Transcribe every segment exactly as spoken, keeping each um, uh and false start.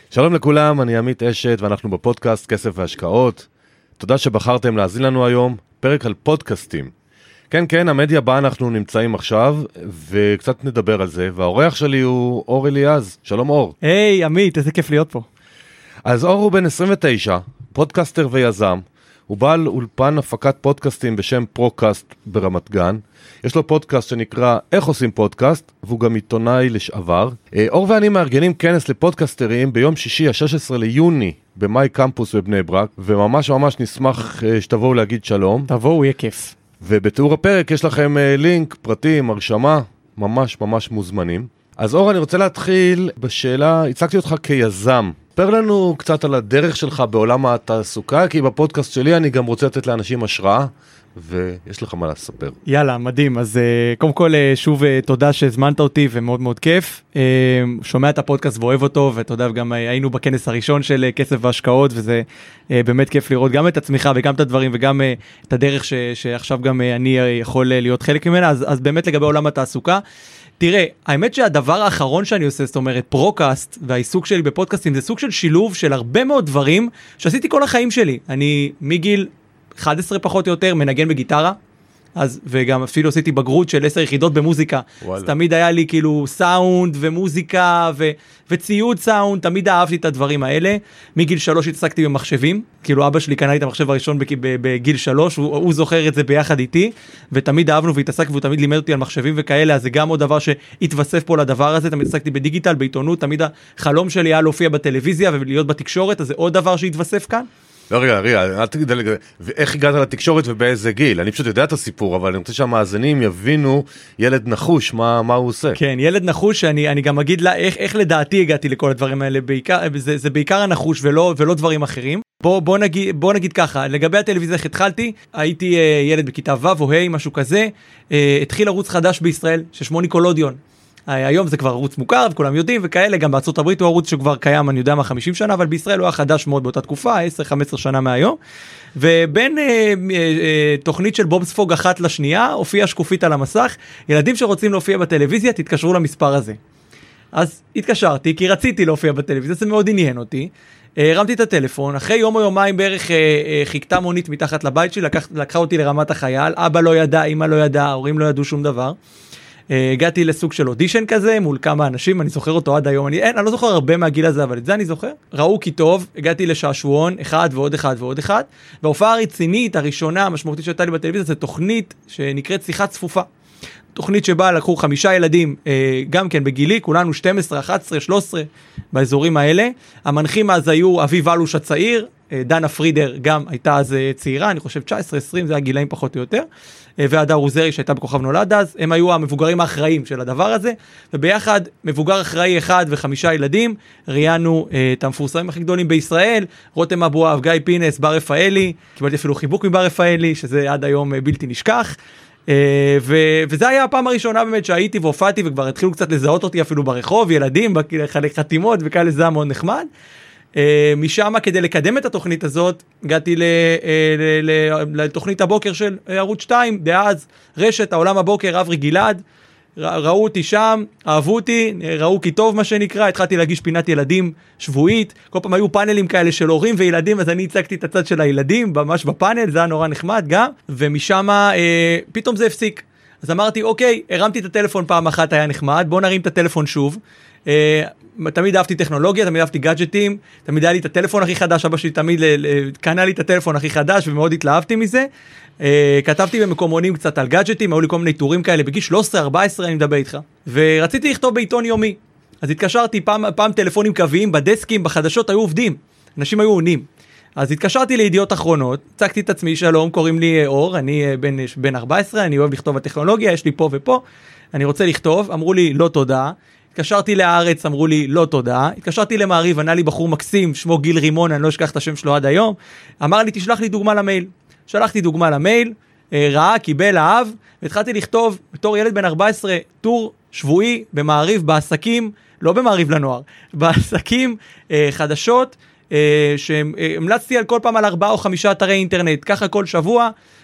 שלום לכולם, אני עמית אשת ואנחנו בפודקאסט כסף והשקעות. תודה שבחרתם להאזין לנו היום, פרק על פודקאסטים. כן, כן, המדיה בה אנחנו נמצאים עכשיו, וקצת נדבר על זה, והאורח שלי הוא אור אליעז. שלום אור. היי, עמית, איזה כיף להיות פה. אז אור הוא בן עשרים ותשע, פודקאסטר ויזם. הוא בעל אולפן הפקת פודקאסטים בשם פרוקאסט ברמת גן. יש לו פודקאסט שנקרא איך עושים פודקאסט, והוא גם עיתונאי לשעבר. אור ואני מארגנים כנס לפודקאסטרים ביום שישי, ה-שישה עשר ליוני, במאי קמפוס בבני ברק, וממש ממש נשמח שתבואו להגיד שלום. תבואו, יהיה כיף. ובתיאור הפרק יש לכם לינק, פרטים, הרשמה, ממש ממש מוזמנים. אז אור, אני רוצה להתחיל בשאלה, הצגתי אותך כיזם. ספר לנו קצת על הדרך שלך בעולם התעסוקה, כי בפודקאסט שלי אני גם רוצה לתת לאנשים השראה, ויש לך מה לספר. יאללה, מדהים. אז קודם כל, שוב תודה שהזמנת אותי, ומאוד מאוד כיף. שומע את הפודקאסט ואוהב אותו, ותודה, גם היינו בכנס הראשון של כסף והשקעות, וזה באמת כיף לראות גם את הצמיחה, וגם את הדברים, וגם את הדרך ש, שעכשיו גם אני יכול להיות חלק ממנה. אז, אז באמת לגבי עולם התעסוקה, תראה, האמת שהדבר האחרון שאני עושה, זאת אומרת, פרוקאסט והעיסוק שלי בפודקאסטים, זה סוג של שילוב של הרבה מאוד דברים שעשיתי כל החיים שלי. אני מגיל אחת עשרה פחות או יותר מנגן בגיטרה, אז, וגם אפילו עשיתי בגרות של עשר יחידות במוזיקה. וואלה. אז תמיד היה לי כאילו סאונד ומוזיקה ו, וציוד סאונד, תמיד אהבתי את הדברים האלה. מגיל שלוש התעסקתי במחשבים, כאילו אבא שלי קנה לי את המחשב הראשון בגיל שלוש, הוא, הוא זוכר את זה ביחד איתי, ותמיד אהבנו והתעסק, והוא תמיד לימד אותי על מחשבים וכאלה, אז זה גם עוד דבר שהתווסף פה לדבר הזה, תמיד התעסקתי בדיגיטל, בעיתונות, תמיד החלום שלי היה להופיע בטלוויזיה ולהיות בתקשורת, אז זה עוד דבר שהתווסף כאן. לא, רגע, רגע, אל תגיד, ואיך הגעת לתקשורת ובאיזה גיל? אני פשוט יודע את הסיפור, אבל אני רוצה שהמאזינים יבינו ילד נחוש, מה, מה הוא עושה. כן, ילד נחוש, אני, אני גם אגיד לה, איך, איך לדעתי הגעתי לכל הדברים האלה, בעיקר, זה, זה בעיקר הנחוש ולא, ולא דברים אחרים. בוא, בוא נגיד, בוא נגיד ככה, לגבי הטלוויזיה איך התחלתי, הייתי אה, ילד בכיתה ו' או ה', משהו כזה, אה, התחיל ערוץ חדש בישראל, ששמו ניקולודיון. היום זה כבר ערוץ מוכר, וכולם יודעים, וכאלה, גם בארצות הברית הוא ערוץ שכבר קיים, אני יודע מה, חמישים שנה, אבל בישראל הוא היה חדש מאוד באותה תקופה, עשר חמש עשרה שנה מהיום, ובין אה, אה, תוכנית של בוב ספוג אחת לשנייה, הופיעה שקופית על המסך, ילדים שרוצים להופיע בטלוויזיה, תתקשרו למספר הזה. אז התקשרתי, כי רציתי להופיע בטלוויזיה, זה מאוד עניין אותי, הרמתי את הטלפון, אחרי יום או יומיים בערך אה, אה, חיכתה מונית מתחת לבית שלי, לקח, לקחה אותי לרמת החייל, אבא לא ידע, אמא לא ידע, ההורים לא ידעו שום דבר, הגעתי לסוג של אודישן כזה, מול כמה אנשים, אני זוכר אותו עד היום, אני, אין, אני לא זוכר הרבה מהגיל הזה, אבל את זה אני זוכר. ראו כי טוב, הגעתי לשעשועון, אחד ועוד אחד ועוד אחד, וההופעה הרצינית, הראשונה, המשמעותית שהייתה לי בטלוויזיה, זה תוכנית שנקראת שיחת צפופה. תוכנית שבה לקחו חמישה ילדים, גם כן בגילי, כולנו שתים עשרה, אחת עשרה, שלוש עשרה, באזורים האלה. המנחים אז היו אביב אלוש הצעיר, דנה פרידר גם הייתה אז צעירה, אני חושב תשע עשרה עשרים, זה היה גילאים פחות או יותר, והדר עוזרי שהייתה בכוכב נולד אז, הם היו המבוגרים האחראים של הדבר הזה, וביחד מבוגר אחראי אחד וחמישה ילדים, ראיינו את המפורסמים הכי גדולים בישראל, רותם אבואב, גיא פינס, בר רפאלי, קיבלתי אפילו חיבוק מבר רפאלי, שזה עד היום בלתי נשכח, ו- וזה היה הפעם הראשונה באמת שהייתי והופעתי, וכבר התחילו קצת לזהות אותי אפילו ברחוב, ילדים, חלק חתימות וכאלה, זה היה מאוד נחמד. Uh, משם כדי לקדם את התוכנית הזאת הגעתי ל, uh, ל, ל, לתוכנית הבוקר של uh, ערוץ שתיים דאז רשת העולם הבוקר אברי גלעד, ר, ראו אותי שם, אהבו אותי, ראו כי טוב מה שנקרא, התחלתי להגיש פינת ילדים שבועית, כל פעם היו פאנלים כאלה של הורים וילדים, אז אני הצגתי את הצד של הילדים ממש בפאנל, זה היה נורא נחמד גם, ומשם uh, פתאום זה הפסיק, אז אמרתי אוקיי, הרמתי את הטלפון פעם אחת, היה נחמד, בוא נרים את הטלפון שוב, uh, תמיד אהבתי טכנולוגיה, תמיד אהבתי גאדג'טים, תמיד היה לי את הטלפון הכי חדש, אבא שלי תמיד קנה לי את הטלפון הכי חדש, ומאוד התלהבתי מזה. כתבתי במקומונים קצת על גאדג'טים, היו לי כל מיני טורים כאלה, בגיל שלוש עשרה ארבע עשרה אני מדבר איתך. ורציתי לכתוב בעיתון יומי. אז התקשרתי, פעם, פעם טלפונים קוויים, בדסקים, בחדשות היו עובדים. אנשים היו עונים. אז התקשרתי לידיעות אחרונות, הצגתי את עצמי, שלום, קוראים לי אור, אני בן, בן ארבע עשרה, אני אוהב לכתוב בטכנולוגיה, יש לי פה ופה, אני רוצה לכתוב, אמרו לי, לא תודה. התקשרתי לארץ, אמרו לי, לא תודה. התקשרתי למעריב, ענה לי בחור מקסים, שמו גיל רימון, אני לא אשכח את השם שלו עד היום. אמר לי, תשלח לי דוגמה למייל. שלחתי דוגמה למייל, ראה, קיבל, אהב, והתחלתי לכתוב, בתור ילד בן ארבע עשרה, טור שבועי במעריב, בעסקים, לא במעריב לנוער, בעסקים, חדשות, שהמלצתי על כל פעם על ארבעה או חמישה אתרי אינטרנט, ככה כל שבוע,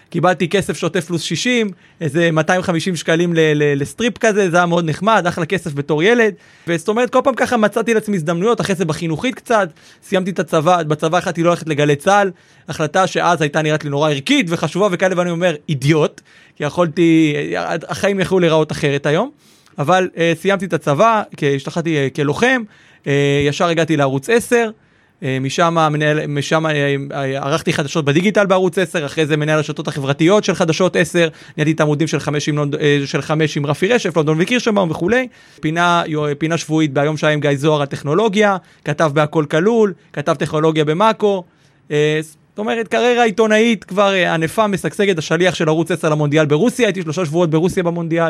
קיבלתי כסף שוטף פלוס שישים, איזה מאתיים וחמישים שקלים ל- ל- לסטריפ כזה, זה היה מאוד נחמד, אחלה כסף בתור ילד, וזאת אומרת, כל פעם ככה מצאתי לעצמי הזדמנויות, אחרי זה בחינוכית קצת, סיימתי את הצבא, בצבא החלטתי לא ללכת לגלי צה"ל, החלטה שאז הייתה נראית לי נורא ערכית וחשובה וכאלה, ואני אומר, אידיוט, כי יכולתי, החיים יכלו להיראות אחרת היום, אבל uh, סיימתי את הצבא, השתחררתי uh, כלוחם, uh, ישר הגעתי לערוץ עשר, משם מנהל, משם ערכתי חדשות בדיגיטל בערוץ עשר, אחרי זה מנהל הרשתות החברתיות של חדשות עשר, ניהלתי את העמודים של חמש עם, של חמש עם רפי רשף, לונדון וקירשנבאום וכולי, פינה, פינה שבועית ביום שעה עם גיא זוהר על טכנולוגיה, כתב בהכל כלול, כתב טכנולוגיה במאקו, זאת אומרת, קריירה עיתונאית כבר ענפה, משגשגת, השליח של ערוץ עשר למונדיאל ברוסיה, הייתי שלושה שבועות ברוסיה במונדיאל,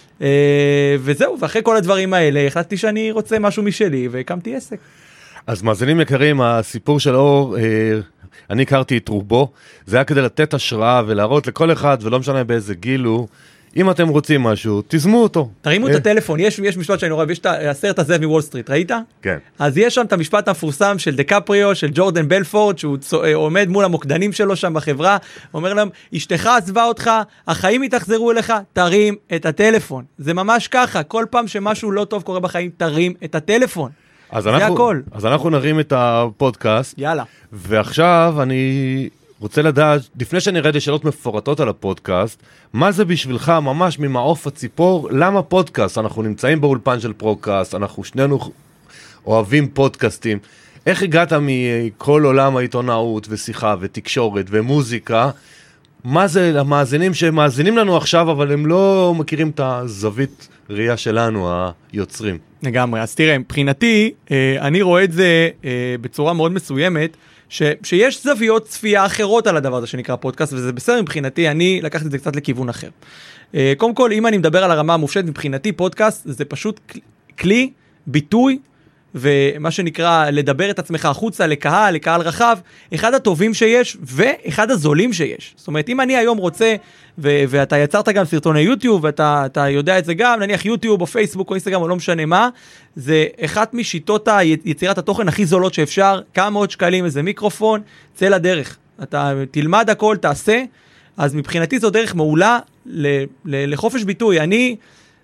וזהו, ואחרי כל הדברים האלה, החלטתי שאני רוצה משהו משלי, והקמתי עסק. אז מאזינים יקרים, הסיפור של אור, אה, אני הכרתי את רובו, זה היה כדי לתת השראה ולהראות לכל אחד, ולא משנה באיזה גיל הוא, אם אתם רוצים משהו, תזמו אותו. תרימו את הטלפון, יש, יש משפט שאני רואה, ויש את הסרט הזה מוול סטריט, ראית? כן. אז יש שם את המשפט המפורסם של דקפריו, של ג'ורדן בלפורד, שהוא צוע, עומד מול המוקדנים שלו שם בחברה, אומר להם, אשתך עזבה אותך, החיים יתחזרו אליך, תרים את הטלפון. זה ממש ככה, כל פעם שמשהו לא טוב קורה בחיים, תרים את הטלפון. אז זה אנחנו, הכל. אז אנחנו נרים את הפודקאסט. יאללה. ועכשיו אני רוצה לדעת, לפני שנראה לי שאלות מפורטות על הפודקאסט, מה זה בשבילך ממש ממעוף הציפור? למה פודקאסט? אנחנו נמצאים באולפן של פרוקאסט, אנחנו שנינו אוהבים פודקאסטים. איך הגעת מכל עולם העיתונאות ושיחה ותקשורת ומוזיקה? מה זה המאזינים שמאזינים לנו עכשיו, אבל הם לא מכירים את הזווית ראייה שלנו, היוצרים? לגמרי, אז תראה, מבחינתי, אני רואה את זה בצורה מאוד מסוימת, ש, שיש זוויות צפייה אחרות על הדבר הזה שנקרא פודקאסט, וזה בסדר מבחינתי, אני לקחתי את זה קצת לכיוון אחר. קודם כל, אם אני מדבר על הרמה המופשטת, מבחינתי פודקאסט זה פשוט כלי, ביטוי, ומה שנקרא לדבר את עצמך החוצה לקהל, לקהל רחב, אחד הטובים שיש ואחד הזולים שיש. זאת אומרת, אם אני היום רוצה, ו- ואתה יצרת גם סרטוני יוטיוב, ואתה אתה יודע את זה גם, נניח יוטיוב או פייסבוק או אינסטגרם או לא משנה מה, זה אחת משיטות היצירת התוכן הכי זולות שאפשר, כמה מאות שקלים, איזה מיקרופון, צא לדרך. אתה תלמד הכל, תעשה, אז מבחינתי זו דרך מעולה ל- ל- לחופש ביטוי. אני...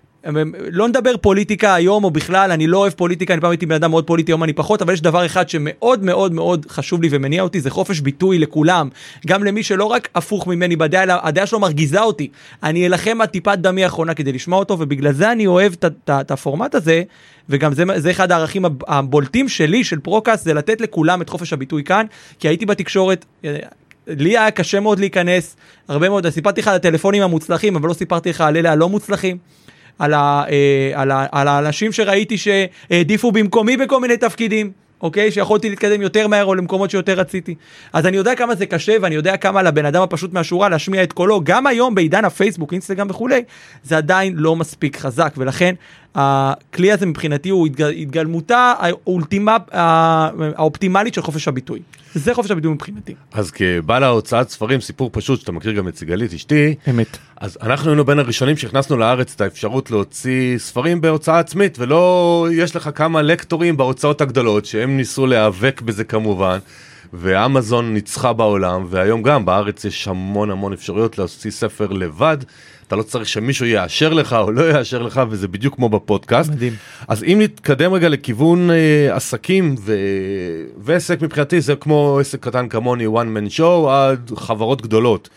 לא נדבר פוליטיקה היום או בכלל, אני לא אוהב פוליטיקה, אני פעם הייתי בן אדם מאוד פוליטי, היום אני פחות, אבל יש דבר אחד שמאוד מאוד מאוד חשוב לי ומניע אותי, זה חופש ביטוי לכולם, גם למי שלא רק הפוך ממני בדעה, אלא הדעה שלו מרגיזה אותי, אני אלחם עד טיפת דמי האחרונה כדי לשמוע אותו, ובגלל זה אני אוהב את הפורמט הזה, וגם זה, זה אחד הערכים הבולטים שלי, של פרוקאסט, זה לתת לכולם את חופש הביטוי כאן, כי הייתי בתקשורת, לי היה קשה מאוד להיכנס, הרבה מאוד, סיפרתי לך על הטלפונים המוצלחים, אבל לא סיפרתי לך על אלה הלא מוצלחים, על, ה, על, ה, על האנשים שראיתי שהעדיפו במקומי בכל מיני תפקידים, אוקיי? שיכולתי להתקדם יותר מהר או למקומות שיותר רציתי. אז אני יודע כמה זה קשה, ואני יודע כמה לבן אדם הפשוט מהשורה להשמיע את קולו, גם היום בעידן הפייסבוק, אינסטגרם וכולי, זה עדיין לא מספיק חזק, ולכן הכלי הזה מבחינתי הוא התגלמותה האולטימה, האופטימלית של חופש הביטוי. זה חופש הביטוי מבחינתי. אז כבעל ההוצאת ספרים, סיפור פשוט, שאתה מכיר גם את סיגלית, אשתי. אמת. אז אנחנו היינו בין הראשונים שהכנסנו לארץ את האפשרות להוציא ספרים בהוצאה עצמית, ולא יש לך כמה לקטורים בהוצאות הגדולות, שהם ניסו להיאבק בזה כמובן, ואמזון ניצחה בעולם, והיום גם בארץ יש המון המון אפשרויות להוציא ספר לבד, אתה לא צריך שמישהו יאשר לך או לא יאשר לך, וזה בדיוק כמו בפודקאסט. מדהים. אז אם נתקדם רגע לכיוון אה, עסקים, ו... ועסק מבחינתי זה כמו עסק קטן כמוני, one man show, עד חברות גדולות.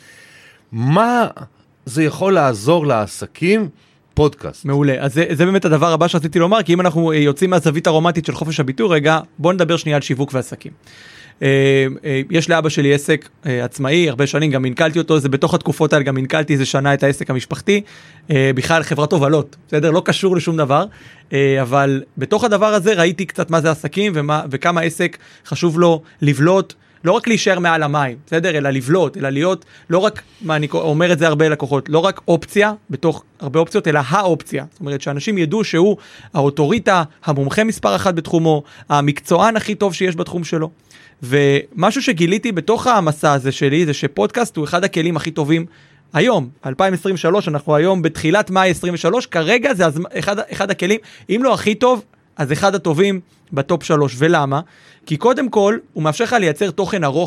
מה זה יכול לעזור לעסקים? פודקאסט. מעולה. אז זה, זה באמת הדבר הבא שרציתי לומר, כי אם אנחנו יוצאים מהזווית הרומנטית של חופש הביטוי, רגע, בואו נדבר שנייה על שיווק ועסקים. יש לאבא שלי עסק עצמאי, הרבה שנים גם מנכלתי אותו, זה בתוך התקופות האלה גם מנכלתי איזה שנה את העסק המשפחתי, בכלל חברת הובלות, בסדר? לא קשור לשום דבר, אבל בתוך הדבר הזה ראיתי קצת מה זה עסקים ומה, וכמה עסק חשוב לו לבלוט, לא רק להישאר מעל המים, בסדר? אלא לבלוט, אלא להיות, לא רק, מה אני אומר את זה הרבה לקוחות, לא רק אופציה, בתוך הרבה אופציות, אלא האופציה. זאת אומרת, שאנשים ידעו שהוא האוטוריטה, המומחה מספר אחת בתחומו, המקצוען הכי טוב שיש בתחום שלו. ומשהו שגיליתי בתוך המסע הזה שלי, זה שפודקאסט הוא אחד הכלים הכי טובים היום, אלפיים עשרים ושלוש, אנחנו היום בתחילת מאי עשרים ושלוש, כרגע זה אחד, אחד הכלים, אם לא הכי טוב, אז אחד הטובים בטופ שלוש. ולמה? כי קודם כל, הוא מאפשר לך לייצר תוכן ארוך,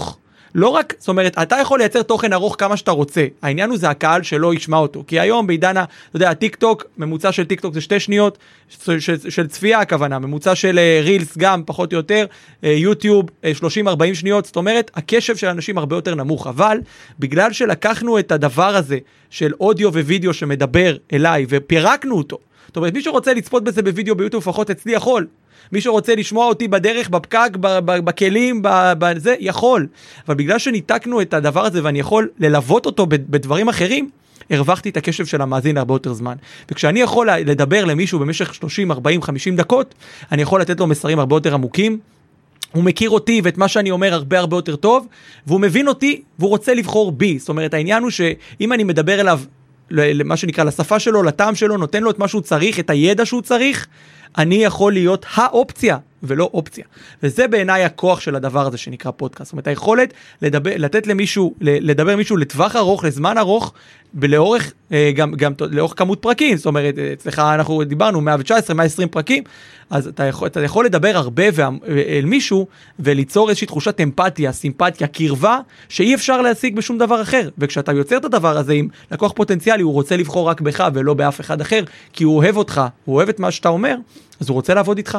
לא רק, זאת אומרת, אתה יכול לייצר תוכן ארוך כמה שאתה רוצה, העניין הוא זה הקהל שלא ישמע אותו, כי היום בעידן, אתה יודע, הטיק טוק, ממוצע של טיק טוק זה שתי שניות, של, של, של צפייה הכוונה, ממוצע של רילס גם פחות או יותר, יוטיוב שלושים ארבעים שניות, זאת אומרת, הקשב של אנשים הרבה יותר נמוך, אבל בגלל שלקחנו את הדבר הזה של אודיו ווידאו שמדבר אליי ופירקנו אותו, זאת אומרת, מי שרוצה לצפות בזה בווידאו ביוטיוב לפחות אצלי יכול, מי שרוצה לשמוע אותי בדרך, בפקק, בכלים, בזה, יכול. אבל בגלל שניתקנו את הדבר הזה ואני יכול ללוות אותו בדברים אחרים, הרווחתי את הקשב של המאזין הרבה יותר זמן. וכשאני יכול לדבר למישהו במשך שלושים, ארבעים, חמישים דקות, אני יכול לתת לו מסרים הרבה יותר עמוקים, הוא מכיר אותי ואת מה שאני אומר הרבה הרבה יותר טוב, והוא מבין אותי והוא רוצה לבחור בי. זאת אומרת, העניין הוא שאם אני מדבר אליו, למה שנקרא, לשפה שלו, לטעם שלו, נותן לו את מה שהוא צריך, את הידע שהוא צריך, אני יכול להיות האופציה, ולא אופציה. וזה בעיניי הכוח של הדבר הזה שנקרא פודקאסט. זאת אומרת, היכולת לדבר, לתת למישהו, לדבר מישהו לטווח ארוך, לזמן ארוך, ולאורך, גם, גם לאורך כמות פרקים. זאת אומרת, אצלך אנחנו דיברנו מאה תשע עשרה, מאה עשרים פרקים, אז אתה יכול, אתה יכול לדבר הרבה אל מישהו, וליצור איזושהי תחושת אמפתיה, סימפתיה, קרבה, שאי אפשר להשיג בשום דבר אחר. וכשאתה יוצר את הדבר הזה עם לקוח פוטנציאלי, הוא רוצה לבחור רק בך ולא באף אחד אחר, כי הוא אוהב אותך, הוא אוהב את מה שאתה אומר, אז הוא רוצה לעבוד איתך.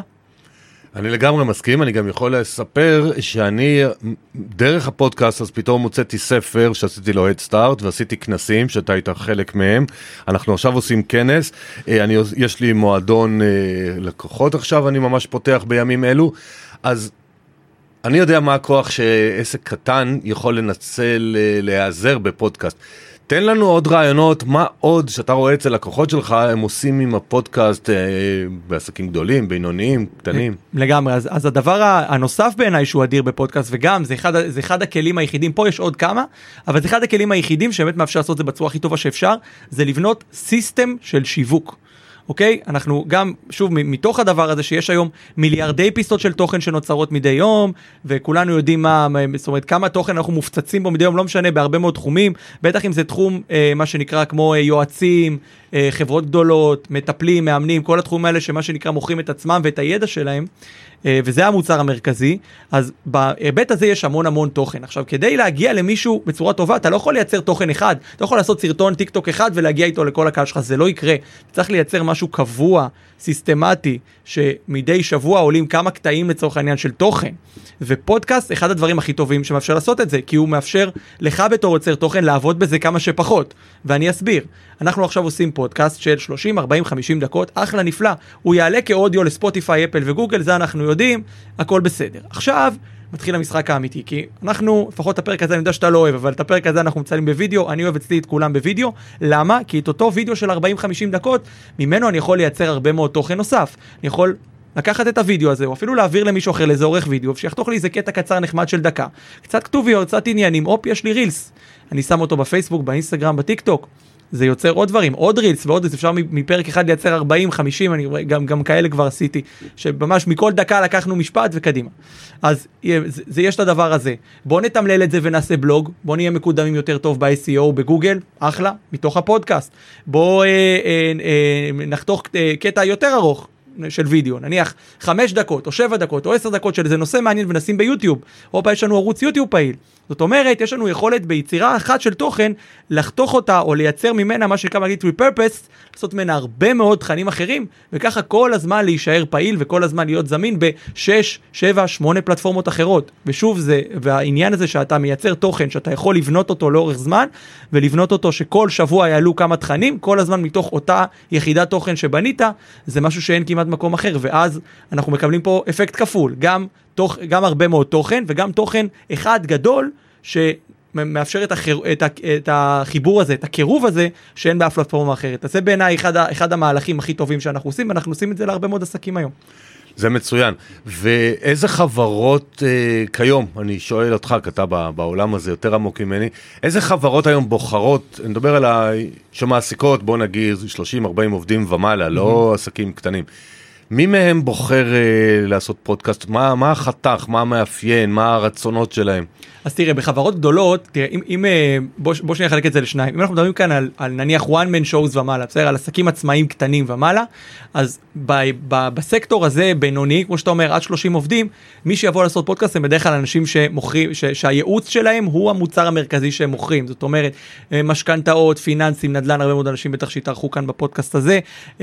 אני לגמרי מסכים, אני גם יכול לספר שאני דרך הפודקאסט אז פתאום מוצאתי ספר שעשיתי לו הד סטארט ועשיתי כנסים שאתה היית חלק מהם, אנחנו עכשיו עושים כנס, אני, יש לי מועדון לקוחות עכשיו, אני ממש פותח בימים אלו, אז אני יודע מה הכוח שעסק קטן יכול לנצל, להיעזר בפודקאסט. תן לנו עוד רעיונות, מה עוד שאתה רואה אצל לקוחות שלך, הם עושים עם הפודקאסט אה, בעסקים גדולים, בינוניים, קטנים. לגמרי, אז, אז הדבר הנוסף בעיניי שהוא אדיר בפודקאסט, וגם זה אחד, זה אחד הכלים היחידים, פה יש עוד כמה, אבל זה אחד הכלים היחידים שבאמת מאפשר לעשות את זה בצורה הכי טובה שאפשר, זה לבנות סיסטם של שיווק. אוקיי? אנחנו גם, שוב, מתוך הדבר הזה שיש היום מיליארדי פיסות של תוכן שנוצרות מדי יום, וכולנו יודעים מה, זאת אומרת, כמה תוכן אנחנו מופצצים בו מדי יום, לא משנה, בהרבה מאוד תחומים, בטח אם זה תחום, אה, מה שנקרא, כמו אה, יועצים, אה, חברות גדולות, מטפלים, מאמנים, כל התחומים האלה שמה שנקרא מוכרים את עצמם ואת הידע שלהם, אה, וזה המוצר המרכזי, אז בהיבט הזה יש המון המון תוכן. עכשיו, כדי להגיע למישהו בצורה טובה, אתה לא יכול לייצר תוכן אחד, אתה לא יכול לעשות סרטון טיק טוק אחד ולהגיע איתו לכל הקהל שלך, זה לא יקרה. צריך לייצר משהו קבוע, סיסטמטי, שמדי שבוע עולים כמה קטעים לצורך העניין של תוכן. ופודקאסט, אחד הדברים הכי טובים שמאפשר לעשות את זה, כי הוא מאפשר לך בתור יוצר תוכן לעבוד בזה כמה שפחות. ואני אסביר. אנחנו עכשיו עושים פודקאסט של שלושים, ארבעים, חמישים דקות, אחלה נפלא. הוא יעלה כאודיו לספוטיפיי, אפל וגוגל, זה אנחנו יודעים, הכל בסדר. עכשיו, מתחיל המשחק האמיתי, כי אנחנו, לפחות הפרק הזה, אני יודע שאתה לא אוהב, אבל את הפרק הזה אנחנו מצלמים בווידאו, אני אוהב אצלי את כולם בווידאו. למה? כי את אותו וידאו של ארבעים חמישים דקות, ממנו אני יכול לייצר הרבה מאוד תוכן נוסף. אני יכול לקחת את הוידאו הזה, או אפילו להעביר למישהו אחר לאיזה עורך וידאו, שיחתוך לי איזה קטע קצר נחמד של דקה. קצת כתוביות, קצת עניינים, אופ, יש לי רילס. אני שם אותו בפייסבוק, באינסטגרם, בטיק טוק. זה יוצר עוד דברים, עוד רילס ועוד, אפשר מפרק אחד לייצר ארבעים, חמישים, אני גם, גם כאלה כבר עשיתי, שממש מכל דקה לקחנו משפט וקדימה. אז זה, זה יש את הדבר הזה. בוא נתמלל את זה ונעשה בלוג, בוא נהיה מקודמים יותר טוב ב-אס אי או, בגוגל, אחלה, מתוך הפודקאסט. בוא אה, אה, אה, נחתוך אה, קטע יותר ארוך של וידאו, נניח חמש דקות או שבע דקות או עשר דקות של איזה נושא מעניין ונשים ביוטיוב, או יש לנו ערוץ יוטיוב פעיל. זאת אומרת, יש לנו יכולת ביצירה אחת של תוכן, לחתוך אותה או לייצר ממנה מה שנקרא להגיד repurpose, לעשות ממנה הרבה מאוד תכנים אחרים, וככה כל הזמן להישאר פעיל וכל הזמן להיות זמין ב-שש, שבע, שמונה פלטפורמות אחרות. ושוב זה, והעניין הזה שאתה מייצר תוכן, שאתה יכול לבנות אותו לאורך זמן, ולבנות אותו שכל שבוע יעלו כמה תכנים, כל הזמן מתוך אותה יחידת תוכן שבנית, זה משהו שאין כמעט מקום אחר, ואז אנחנו מקבלים פה אפקט כפול, גם תוך, גם הרבה מאוד תוכן, וגם תוכן אחד גדול, שמאפשר את, החיר, את, ה, את החיבור הזה, את הקירוב הזה, שאין באף פלטפורמה אחרת. אז זה בעיניי אחד, אחד המהלכים הכי טובים שאנחנו עושים, ואנחנו עושים את זה להרבה מאוד עסקים היום. זה מצוין. ואיזה חברות אה, כיום, אני שואל אותך, כי אתה בעולם הזה יותר עמוק ממני, איזה חברות היום בוחרות, אני מדבר על ה... שמעסיקות, בוא נגיד, שלושים ארבעים עובדים ומעלה, לא עסקים קטנים. מי מהם בוחר אה, לעשות פודקאסט? מה, מה החתך, מה המאפיין, מה הרצונות שלהם? אז תראה, בחברות גדולות, תראה, אם, אם, בוא, בוא שניה חלק את זה לשניים. אם אנחנו מדברים כאן על, על נניח one man shows ומעלה, בסדר, על עסקים עצמאיים קטנים ומעלה, אז ב, ב, בסקטור הזה, בינוני, כמו שאתה אומר, עד שלושים עובדים, מי שיבוא לעשות פודקאסט הם בדרך כלל אנשים שמוכרים, ש, שהייעוץ שלהם הוא המוצר המרכזי שהם מוכרים. זאת אומרת, משכנתאות, פיננסים, נדל"ן, הרבה מאוד אנשים בטח שהתארחו כאן בפודקאסט הזה,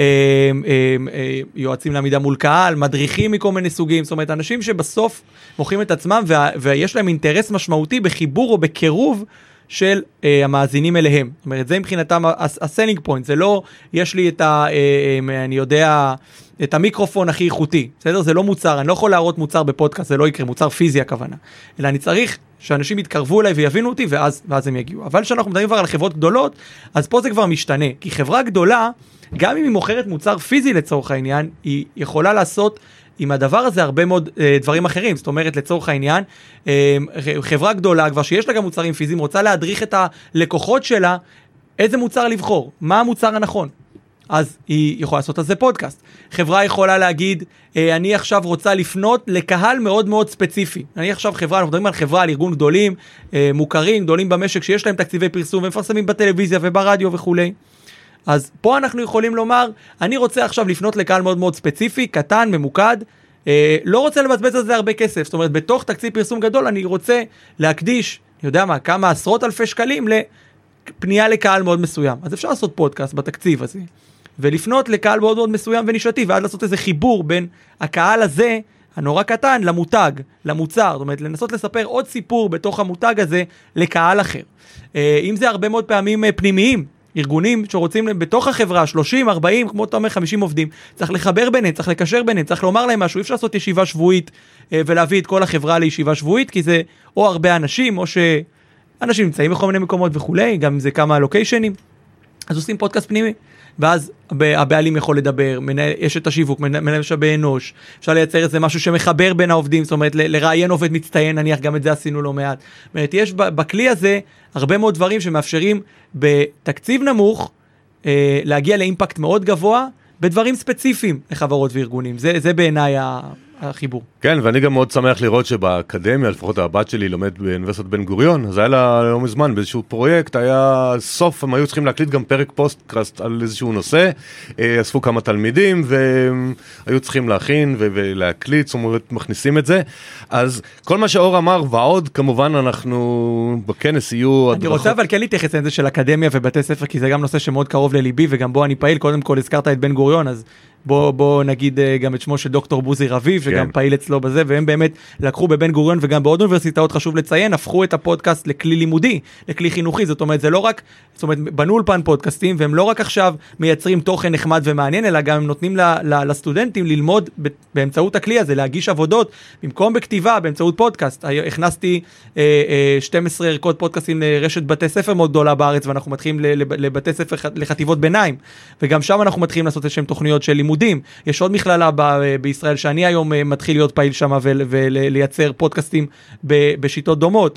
יועצים לעמידה מול קהל, מדריכים מכל מיני סוגים, זאת אומרת, אנשים שבסוף מוכרים את עצמם וה, ויש להם אינטרס משמעותי בחיבור או בקירוב של uh, המאזינים אליהם. זאת אומרת, זה מבחינתם הסלינג פוינט, זה לא, יש לי את ה, uh, um, אני יודע, את המיקרופון הכי איכותי, בסדר? זה לא מוצר, אני לא יכול להראות מוצר בפודקאסט, זה לא יקרה, מוצר פיזי הכוונה. אלא אני צריך שאנשים יתקרבו אליי ויבינו אותי, ואז, ואז הם יגיעו. אבל כשאנחנו מדברים כבר על חברות גדולות, אז פה זה כבר משתנה, כי חברה גדולה, גם אם היא מוכרת מוצר פיזי לצורך העניין, היא יכולה לעשות עם הדבר הזה הרבה מאוד אה, דברים אחרים. זאת אומרת, לצורך העניין, אה, חברה גדולה, כבר שיש לה גם מוצרים פיזיים, רוצה להדריך את הלקוחות שלה, איזה מוצר לבחור, מה המוצר הנכון. אז היא יכולה לעשות על זה פודקאסט. חברה יכולה להגיד, אה, אני עכשיו רוצה לפנות לקהל מאוד מאוד ספציפי. אני עכשיו חברה, אנחנו מדברים על חברה, על ארגון גדולים, אה, מוכרים, גדולים במשק, שיש להם תקציבי פרסום, ומפרסמים בטלוויזיה וברדיו וכולי. אז פה אנחנו יכולים לומר, אני רוצה עכשיו לפנות לקהל מאוד מאוד ספציפי, קטן, ממוקד, אה, לא רוצה לבזבז על זה הרבה כסף, זאת אומרת, בתוך תקציב פרסום גדול, אני רוצה להקדיש, אני יודע מה, כמה עשרות אלפי שקלים לפנייה לקהל מאוד מסוים. אז אפשר לעשות פודקאסט בתקציב הזה, ולפנות לקהל מאוד מאוד מסוים ונשתי, ועד לעשות איזה חיבור בין הקהל הזה, הנורא קטן, למותג, למוצר, זאת אומרת, לנסות לספר עוד סיפור בתוך המותג הזה לקהל אחר. אה, אם זה הרבה מאוד פעמים פנימיים, ארגונים שרוצים בתוך החברה, שלושים, ארבעים, כמו אתה אומר, חמישים עובדים, צריך לחבר ביניהם, צריך לקשר ביניהם, צריך לומר להם משהו, אי אפשר לעשות ישיבה שבועית ולהביא את כל החברה לישיבה שבועית, כי זה או הרבה אנשים, או שאנשים נמצאים בכל מיני מקומות וכולי, גם זה כמה לוקיישנים, אז עושים פודקאסט פנימי, ואז הבעלים יכול לדבר, יש את השיווק, מנהל משאבי אנוש, אפשר לייצר איזה משהו שמחבר בין העובדים, זאת אומרת, לראיין עובד מצטיין, נניח גם את זה עשינו לא מעט. זאת אומרת, יש בכלי הזה הרבה מאוד דברים שמאפשרים בתקציב נמוך, אה, להגיע לאימפקט מאוד גבוה, בדברים ספציפיים לחברות וארגונים. זה, זה בעיניי החיבור. כן, ואני גם מאוד שמח לראות שבאקדמיה, לפחות הבת שלי לומד באוניברסיטת בן גוריון, אז היה לה לא מזמן באיזשהו פרויקט, היה סוף, הם היו צריכים להקליט גם פרק פוסטקאסט על איזשהו נושא, אספו כמה תלמידים, והיו צריכים להכין ולהקליט, זאת אומרת, מכניסים את זה. אז כל מה שאור אמר, ועוד, כמובן, אנחנו בכנס יהיו... אני רוצה אבל כן להתייחס לזה של אקדמיה ובתי ספר, כי זה גם נושא שמאוד קרוב לליבי, וגם בו אני פעיל, קודם כל הזכרת את בן גוריון, אז בוא, בוא נגיד גם את שמו של דוקטור בוזי רביב, שגם כן. פעיל אצלו בזה, והם באמת לקחו בבן גוריון וגם בעוד אוניברסיטאות, חשוב לציין, הפכו את הפודקאסט לכלי לימודי, לכלי חינוכי, זאת אומרת, זה לא רק, זאת אומרת, בנו אולפן פודקאסטים, והם לא רק עכשיו מייצרים תוכן נחמד ומעניין, אלא גם הם נותנים ל, ל, לסטודנטים ללמוד באמצעות הכלי הזה, להגיש עבודות, במקום בכתיבה, באמצעות פודקאסט. הכנסתי אה, אה, שתים עשרה ערכות פודקאסטים לרשת בתי ספר מאוד גדולה בארץ, ואנחנו מתחילים לבתי ספר, לחטיבות ביניים, וגם שם אנחנו מתחילים לעשות איזשהם תוכניות של לימודים. יש עוד מכללה ב- בישראל שאני היום מתחיל להיות פעיל שם ולייצר פודקאסטים בשיטות דומות.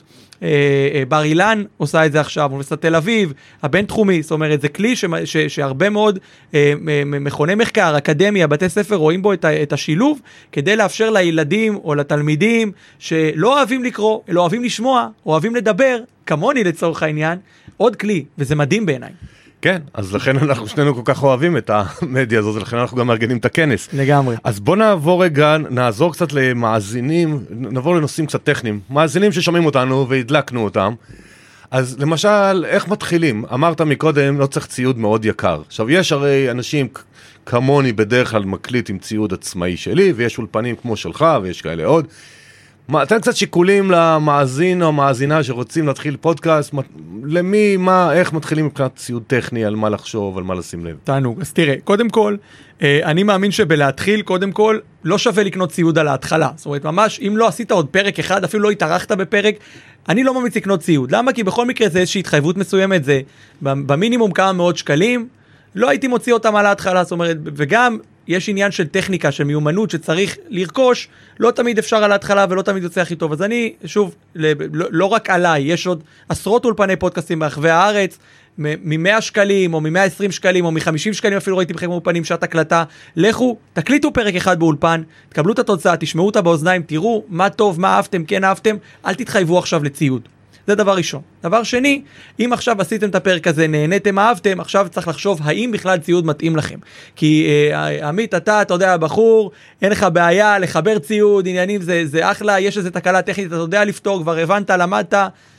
בר אילן עושה את זה עכשיו, אוניברסיטת תל אביב, הבינתחומי, זאת אומרת, זה כלי ש- ש- שהרבה מאוד מכוני מחקר, אקדמיה, בתי ספר רואים בו את, ה- את השילוב, כדי לאפשר לילדים או לתלמידים שלא אוהבים לקרוא, לא אוהבים לשמוע, אוהבים לדבר, כמוני לצורך העניין, עוד כלי, וזה מדהים בעיניי. כן, אז לכן אנחנו שנינו כל כך אוהבים את המדיה הזו, ולכן אנחנו גם מארגנים את הכנס. לגמרי. אז בוא נעבור רגע, נעזור קצת למאזינים, נעבור לנושאים קצת טכניים. מאזינים ששומעים אותנו והדלקנו אותם. אז למשל, איך מתחילים? אמרת מקודם, לא צריך ציוד מאוד יקר. עכשיו, יש הרי אנשים כמוני בדרך כלל מקליט עם ציוד עצמאי שלי, ויש אולפנים כמו שלך, ויש כאלה עוד. תן קצת שיקולים למאזין או מאזינה שרוצים להתחיל פודקאסט, למי, מה, איך מתחילים מבחינת ציוד טכני, על מה לחשוב, על מה לשים לב. תענוג. אז תראה, קודם כל, אני מאמין שבלהתחיל, קודם כל, לא שווה לקנות ציוד על ההתחלה. זאת אומרת, ממש, אם לא עשית עוד פרק אחד, אפילו לא התארחת בפרק, אני לא ממליץ לקנות ציוד. למה? כי בכל מקרה זה איזושהי התחייבות מסוימת, זה במינימום כמה מאות שקלים, לא הייתי מוציא אותם על ההתחלה, זאת אומרת, וגם יש עניין של טכניקה, של מיומנות שצריך לרכוש, לא תמיד אפשר על ההתחלה ולא תמיד יוצא הכי טוב. אז אני, שוב, לא, לא רק עליי, יש עוד עשרות אולפני פודקאסטים ברחבי הארץ, מ-מאה שקלים, או מ-מאה ועשרים שקלים, או מ-חמישים שקלים אפילו ראיתי בכם אולפנים שעת הקלטה, לכו, תקליטו פרק אחד באולפן, תקבלו את התוצאה, תשמעו אותה באוזניים, תראו מה טוב, מה אהבתם, כן אהבתם, אל תתחייבו עכשיו לציוד. זה דבר ראשון. דבר שני, אם עכשיו עשיתם את הפרק הזה, נהניתם, אהבתם, עכשיו צריך לחשוב האם בכלל ציוד מתאים לכם. כי אה, עמית, אתה, אתה יודע, בחור, אין לך בעיה לחבר ציוד, עניינים, זה, זה אחלה, יש איזו תקלה טכנית, אתה יודע לפתור, כבר הבנת, למדת,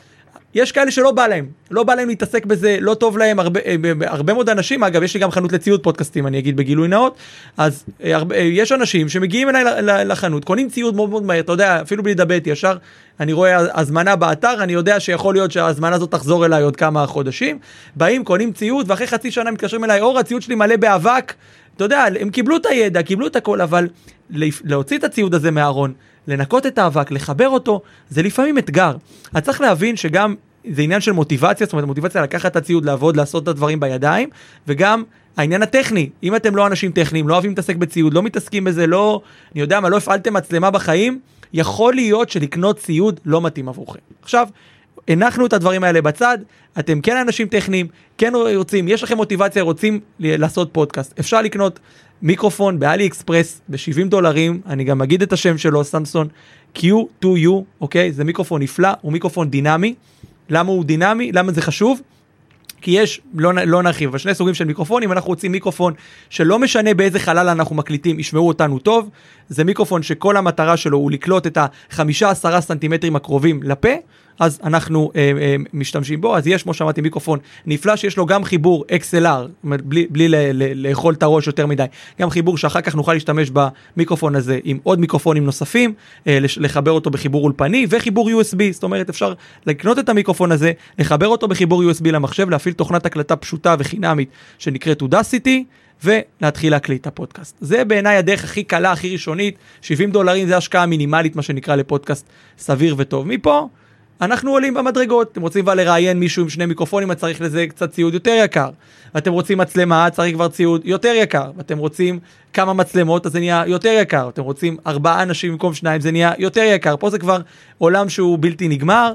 יש כאלה שלא בא להם, לא בא להם להתעסק בזה, לא טוב להם, הרבה, הרבה מאוד אנשים, אגב, יש לי גם חנות לציוד פודקאסטים, אני אגיד בגילוי נאות, אז הרבה, יש אנשים שמגיעים אליי לחנות, קונים ציוד מאוד מאוד מהר, אתה יודע, אפילו בלי לדבר איתי, ישר, אני רואה הזמנה באתר, אני יודע שיכול להיות שההזמנה הזאת תחזור אליי עוד כמה חודשים, באים, קונים ציוד, ואחרי חצי שנה מתקשרים אליי, אור, הציוד שלי מלא באבק, אתה יודע, הם קיבלו את הידע, קיבלו את הכל, אבל להוציא את הציוד הזה מהארון, לנקות את האבק, לחבר אותו, זה לפעמים אתגר. אז צריך להבין שגם זה עניין של מוטיבציה, זאת אומרת, מוטיבציה לקחת את הציוד, לעבוד, לעשות את הדברים בידיים, וגם העניין הטכני. אם אתם לא אנשים טכניים, לא אוהבים להתעסק בציוד, לא מתעסקים בזה, לא, אני יודע מה, לא הפעלתם מצלמה בחיים, יכול להיות שלקנות ציוד לא מתאים עבורכם. עכשיו, הנחנו את הדברים האלה בצד, אתם כן אנשים טכניים, כן רוצים, יש לכם מוטיבציה, רוצים לעשות פודקאסט. אפשר לקנות מיקרופון באלי אקספרס ב-שבעים דולרים, אני גם אגיד את השם שלו, סמסון קיו טו יו, אוקיי? זה מיקרופון נפלא, הוא מיקרופון דינמי. למה הוא דינמי? למה זה חשוב? כי יש, לא, לא נרחיב, אבל שני סוגים של מיקרופונים, אנחנו רוצים מיקרופון שלא משנה באיזה חלל אנחנו מקליטים, ישמעו אותנו טוב, זה מיקרופון שכל המטרה שלו הוא לקלוט את ה-חמישה עשר סנטימטרים הקרובים לפה, אז אנחנו אה, אה, משתמשים בו, אז יש, כמו שאמרתי, מיקרופון נפלא, שיש לו גם חיבור אקס אל אר, בלי, בלי ל, ל, לאכול את הראש יותר מדי, גם חיבור שאחר כך נוכל להשתמש במיקרופון הזה, עם עוד מיקרופונים נוספים, אה, לחבר אותו בחיבור אולפני, וחיבור יו אס בי, זאת אומרת, אפשר לקנות את המיקרופון הזה, לחבר אותו בחיבור יו אס בי למחשב, להפעיל תוכנת הקלטה פשוטה וחינמית, שנקראת Audacity, ולהתחיל להקליט את הפודקאסט. זה בעיניי הדרך הכי קלה, הכי ראשונית, שבעים דולרים זה השקעה מינימלית, מה שנקרא לפודקאסט סביר וטוב. מפה, אנחנו עולים במדרגות, אתם רוצים כבר לראיין מישהו עם שני מיקרופונים, צריך לזה קצת ציוד יותר יקר. אתם רוצים מצלמה, צריך כבר ציוד יותר יקר. אתם רוצים כמה מצלמות, אז זה נהיה יותר יקר. אתם רוצים ארבעה אנשים במקום שניים, זה נהיה יותר יקר. פה זה כבר עולם שהוא בלתי נגמר,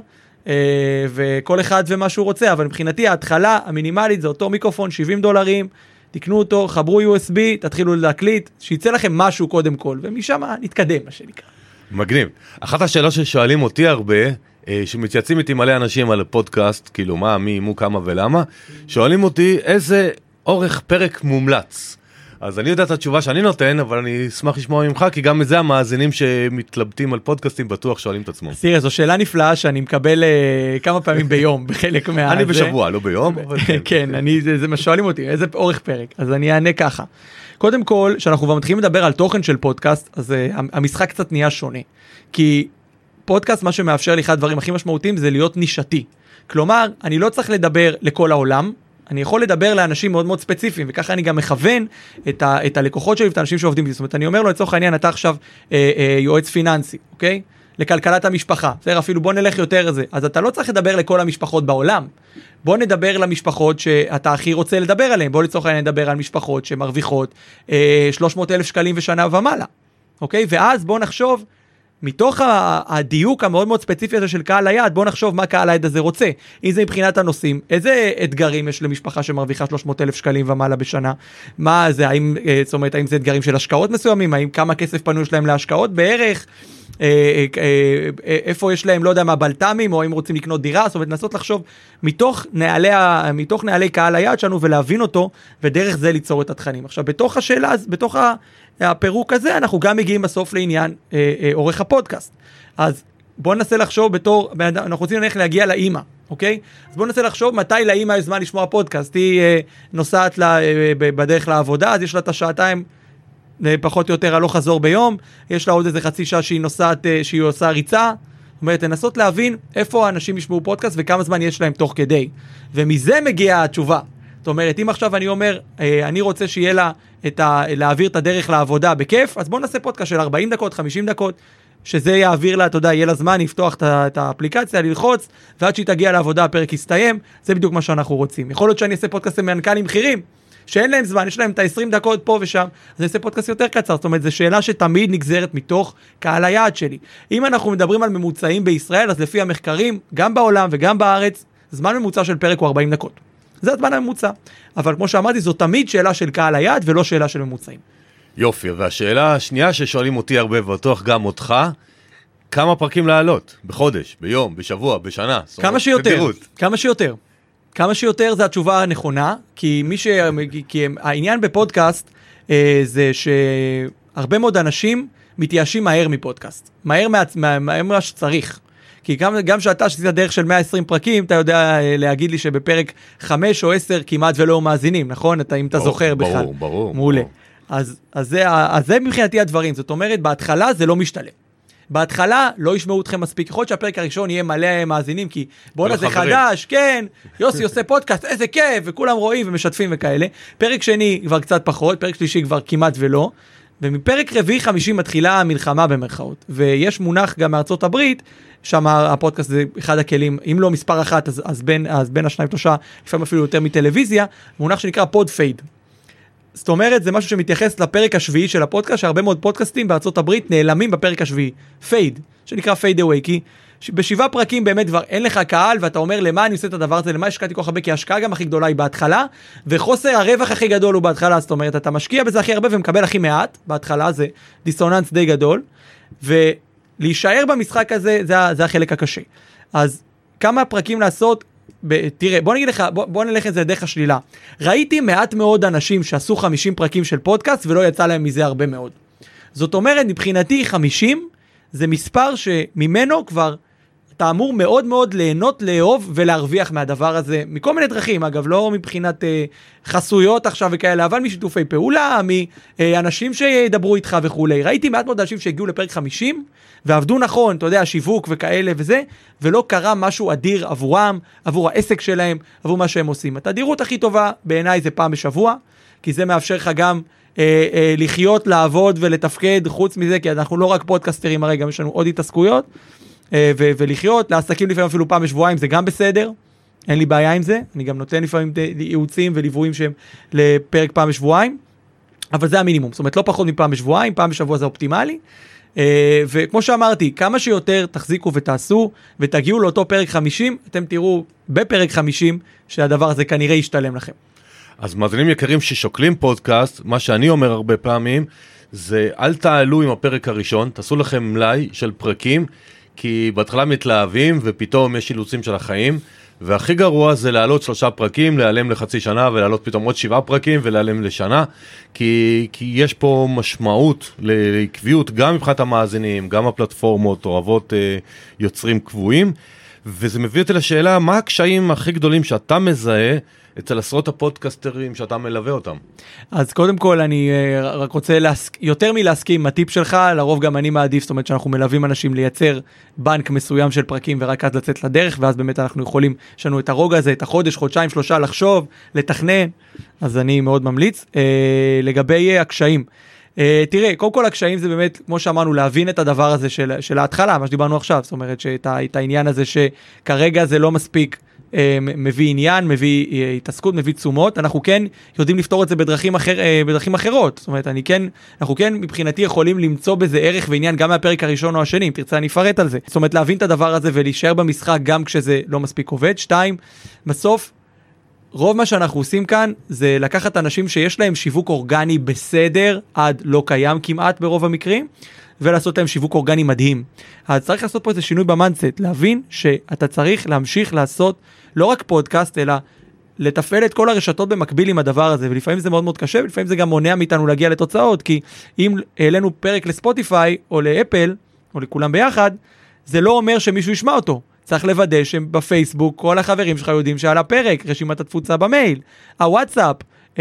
וכל אחד ומה שהוא רוצה, אבל מבחינתי ההתחלה המינימלית זה אותו מיקרופון, שבעים דולרים, תקנו אותו, חברו יו אס בי, תתחילו להקליט, שיצא לכם משהו קודם כל, ומשם נתקדם, מה שנקרא. מגניב. אחת השאלות ששואלים אותי הרבה, שמתייצאים איתי מלא אנשים על הפודקאסט, כאילו מה, מי, מו, כמה ולמה, שואלים אותי איזה אורך פרק מומלץ. אז אני יודע את התשובה שאני נותן, אבל אני אשמח לשמוע ממך, כי גם מזה המאזינים שמתלבטים על פודקאסטים בטוח שואלים את עצמם. תראה, זו שאלה נפלאה שאני מקבל כמה פעמים ביום, בחלק מה... אני בשבוע, לא ביום, אבל... כן, אני, זה מה שואלים אותי, איזה אורך פרק, אז אני אענה ככה. קודם כל, שאנחנו כבר מתחילים לדבר על תוכן של פודקאסט, אז המשחק קצת נהיה שונה. כי פודקאסט, מה שמאפשר לי אחד הדברים הכי משמעותיים, זה להיות נישתי. כלומר, אני לא צריך לדבר לכל העולם, אני יכול לדבר לאנשים מאוד מאוד ספציפיים, וככה אני גם מכוון את, ה, את הלקוחות שלי ואת האנשים שעובדים. זאת אומרת, אני אומר לו, לצורך העניין, אתה עכשיו אה, אה, יועץ פיננסי, אוקיי? לכלכלת המשפחה. בסדר, אפילו בוא נלך יותר לזה. אז אתה לא צריך לדבר לכל המשפחות בעולם. בוא נדבר למשפחות שאתה הכי רוצה לדבר עליהן. בוא לצורך העניין נדבר על משפחות שמרוויחות אה, שלוש מאות אלף שקלים בשנה ומעלה. אוקיי? ואז בוא נחשוב, מתוך הדיוק המאוד מאוד ספציפי הזה של קהל היעד, בוא נחשוב מה קהל היעד הזה רוצה. אם זה מבחינת הנושאים, איזה אתגרים יש למשפחה שמרוויחה שלוש מאות אלף שקלים ומעלה בשנה? מה זה, האם, זאת אומרת, האם זה אתגרים של השקעות מסוימים? האם כמה כסף פנו יש להם להשקעות בערך? איפה יש להם, לא יודע מה, בלת"מים, או אם רוצים לקנות דירה? זאת אומרת, לנסות לחשוב מתוך נעלי, מתוך נעלי קהל היעד שלנו ולהבין אותו, ודרך זה ליצור את התכנים. עכשיו, בתוך השאלה, בתוך ה... הפירוק הזה, אנחנו גם מגיעים בסוף לעניין אה, אה, עורך הפודקאסט. אז בואו ננסה לחשוב בתור, אנחנו רוצים ללכת להגיע לאמא, אוקיי? אז בואו ננסה לחשוב מתי לאמא יש זמן לשמוע פודקאסט. היא אה, נוסעת לה, אה, בדרך לעבודה, אז יש לה את השעתיים אה, פחות או יותר הלוך חזור ביום, יש לה עוד איזה חצי שעה שהיא נוסעת, אה, שהיא עושה ריצה. זאת אומרת, לנסות להבין איפה האנשים ישמעו פודקאסט וכמה זמן יש להם תוך כדי. ומזה מגיעה התשובה. זאת אומרת, אם עכשיו אני אומר, אני רוצה שיהיה לה את ה... להעביר את הדרך לעבודה בכיף, אז בוא נעשה פודקאסט של ארבעים דקות, חמישים דקות, שזה יעביר לה, אתה יודע, יהיה לה זמן לפתוח את האפליקציה, ללחוץ, ועד שהיא תגיע לעבודה, הפרק יסתיים, זה בדיוק מה שאנחנו רוצים. יכול להיות שאני אעשה פודקאסט עם מנכ"לים בכירים, שאין להם זמן, יש להם את ה-עשרים דקות פה ושם, אז אני אעשה פודקאסט יותר קצר. זאת אומרת, זו שאלה שתמיד נגזרת מתוך קהל היעד שלי. אם אנחנו מדברים על ממוצעים בישראל, אז לפי המחקרים, גם בעולם וגם בארץ, זמן ממוצע של פרק הוא ארבעים דקות. זה הזמן הממוצע. אבל כמו שאמרתי, זו תמיד שאלה של קהל היעד ולא שאלה של ממוצעים. יופי, והשאלה השנייה ששואלים אותי הרבה, ובטוח גם אותך, כמה פרקים לעלות? בחודש, ביום, בשבוע, בשנה? כמה שיותר, כמה שיותר. כמה שיותר זה התשובה הנכונה, כי מי ש... כי העניין בפודקאסט אה, זה שהרבה מאוד אנשים מתייאשים מהר מפודקאסט. מהר מה, מהר מה שצריך. כי גם, גם שאתה שעשית דרך של מאה ועשרים פרקים, אתה יודע להגיד לי שבפרק חמש או עשר כמעט ולא מאזינים, נכון? אתה, אם אתה ברור, זוכר ברור, בכלל. ברור, ברור. מעולה. ברור. אז, אז, זה, אז זה מבחינתי הדברים. זאת אומרת, בהתחלה זה לא משתלם. בהתחלה לא ישמעו אתכם מספיק. יכול להיות שהפרק הראשון יהיה מלא מאזינים, כי בואנה זה חדש, כן, יוסי עושה פודקאסט, איזה כיף, וכולם רואים ומשתפים וכאלה. פרק שני כבר קצת פחות, פרק שלישי כבר כמעט ולא. ומפרק רביעי חמישי מתחילה המלחמה במרכאות. ויש מונח גם מארצות הברית, שם הפודקאסט זה אחד הכלים, אם לא מספר אחת, אז, אז, בין, אז בין השניים שלושה, לפעמים אפילו יותר מטלוויזיה, מונח שנקרא פוד פייד. זאת אומרת, זה משהו שמתייחס לפרק השביעי של הפודקאסט, שהרבה מאוד פודקאסטים בארצות הברית נעלמים בפרק השביעי. פייד, שנקרא פייד אווי, כי בשבעה פרקים באמת כבר אין לך קהל, ואתה אומר למה אני עושה את הדבר הזה, למה השקעתי כל כך הרבה, כי ההשקעה גם הכי גדולה היא בהתחלה, וחוסר הרווח הכי גדול הוא בהתחלה, זאת אומרת, אתה משקיע בזה הכי הרבה ומקבל הכי מעט, בהתחלה זה דיסוננס די גדול, ולהישאר במשחק הזה, זה, זה החלק הקשה. אז כמה פרקים לעשות, ב, תראה, בוא נגיד לך, בוא, בוא נלך את זה דרך השלילה. ראיתי מעט מאוד אנשים שעשו חמישים פרקים של פודקאסט, ולא יצא להם מזה הרבה מאוד. זאת אומרת, מבחינתי חמישים, זה מספר שממנו כבר אתה אמור מאוד מאוד ליהנות, לאהוב ולהרוויח מהדבר הזה, מכל מיני דרכים, אגב, לא מבחינת אה, חסויות עכשיו וכאלה, אבל משיתופי פעולה, מאנשים שידברו איתך וכולי. ראיתי מעט מאוד אנשים שהגיעו לפרק חמישים, ועבדו נכון, אתה יודע, שיווק וכאלה וזה, ולא קרה משהו אדיר עבורם, עבור העסק שלהם, עבור מה שהם עושים. התדירות הכי טובה בעיניי זה פעם בשבוע, כי זה מאפשר לך גם אה, אה, לחיות, לעבוד ולתפקד, חוץ מזה, כי אנחנו לא רק פודקסטרים, הרי גם יש לנו עוד התעסקויות, ו- ולחיות, לעסקים לפעמים אפילו פעם בשבועיים, זה גם בסדר, אין לי בעיה עם זה, אני גם נותן לפעמים ייעוצים וליוויים שהם לפרק פעם בשבועיים, אבל זה המינימום, זאת אומרת לא פחות מפעם בשבועיים, פעם בשבוע זה אופטימלי, וכמו שאמרתי, כמה שיותר תחזיקו ותעשו, ותגיעו לאותו פרק חמישים, אתם תראו בפרק חמישים, שהדבר הזה כנראה ישתלם לכם. אז מאזינים יקרים ששוקלים פודקאסט, מה שאני אומר הרבה פעמים, זה אל תעלו עם הפרק הראשון, תעשו לכם מלאי של פרקים, כי בהתחלה מתלהבים ופתאום יש אילוצים של החיים, והכי גרוע זה לעלות שלושה פרקים, להיעלם לחצי שנה ולעלות פתאום עוד שבעה פרקים ולהיעלם לשנה, כי, כי יש פה משמעות לעקביות גם מבחינת המאזינים, גם הפלטפורמות אוהבות אה, יוצרים קבועים, וזה מביא אותי לשאלה, מה הקשיים הכי גדולים שאתה מזהה אצל עשרות הפודקסטרים שאתה מלווה אותם? אז קודם כל אני uh, רק רוצה להסק... יותר מלהסכים עם הטיפ שלך, לרוב גם אני מעדיף, זאת אומרת שאנחנו מלווים אנשים לייצר בנק מסוים של פרקים ורק אז לצאת לדרך, ואז באמת אנחנו יכולים, יש לנו את הרוגע הזה, את החודש, חודשיים, שלושה לחשוב, לתכנן, אז אני מאוד ממליץ. Uh, לגבי uh, הקשיים, uh, תראה, קודם כל הקשיים זה באמת, כמו שאמרנו, להבין את הדבר הזה של, של ההתחלה, מה שדיברנו עכשיו, זאת אומרת שאת את העניין הזה שכרגע זה לא מספיק, מביא עניין, מביא התעסקות, מביא תשומות, אנחנו כן יודעים לפתור את זה בדרכים, אחר, בדרכים אחרות, זאת אומרת, אני כן, אנחנו כן מבחינתי יכולים למצוא בזה ערך ועניין גם מהפרק הראשון או השני, אם תרצה אני אפרט על זה, זאת אומרת, להבין את הדבר הזה ולהישאר במשחק גם כשזה לא מספיק עובד. שתיים, בסוף, רוב מה שאנחנו עושים כאן זה לקחת אנשים שיש להם שיווק אורגני בסדר, עד לא קיים כמעט ברוב המקרים, ולעשות להם שיווק אורגני מדהים. אז צריך לעשות פה איזה שינוי במנדסט, להבין שאתה צריך להמשיך לעשות לא רק פודקאסט, אלא לתפעל את כל הרשתות במקביל עם הדבר הזה, ולפעמים זה מאוד מאוד קשה, ולפעמים זה גם מונע מאיתנו להגיע לתוצאות, כי אם העלינו פרק לספוטיפיי, או לאפל, או לכולם ביחד, זה לא אומר שמישהו ישמע אותו. צריך לוודא שבפייסבוק כל החברים שלך יודעים שעל הפרק, רשימת התפוצה במייל, הוואטסאפ,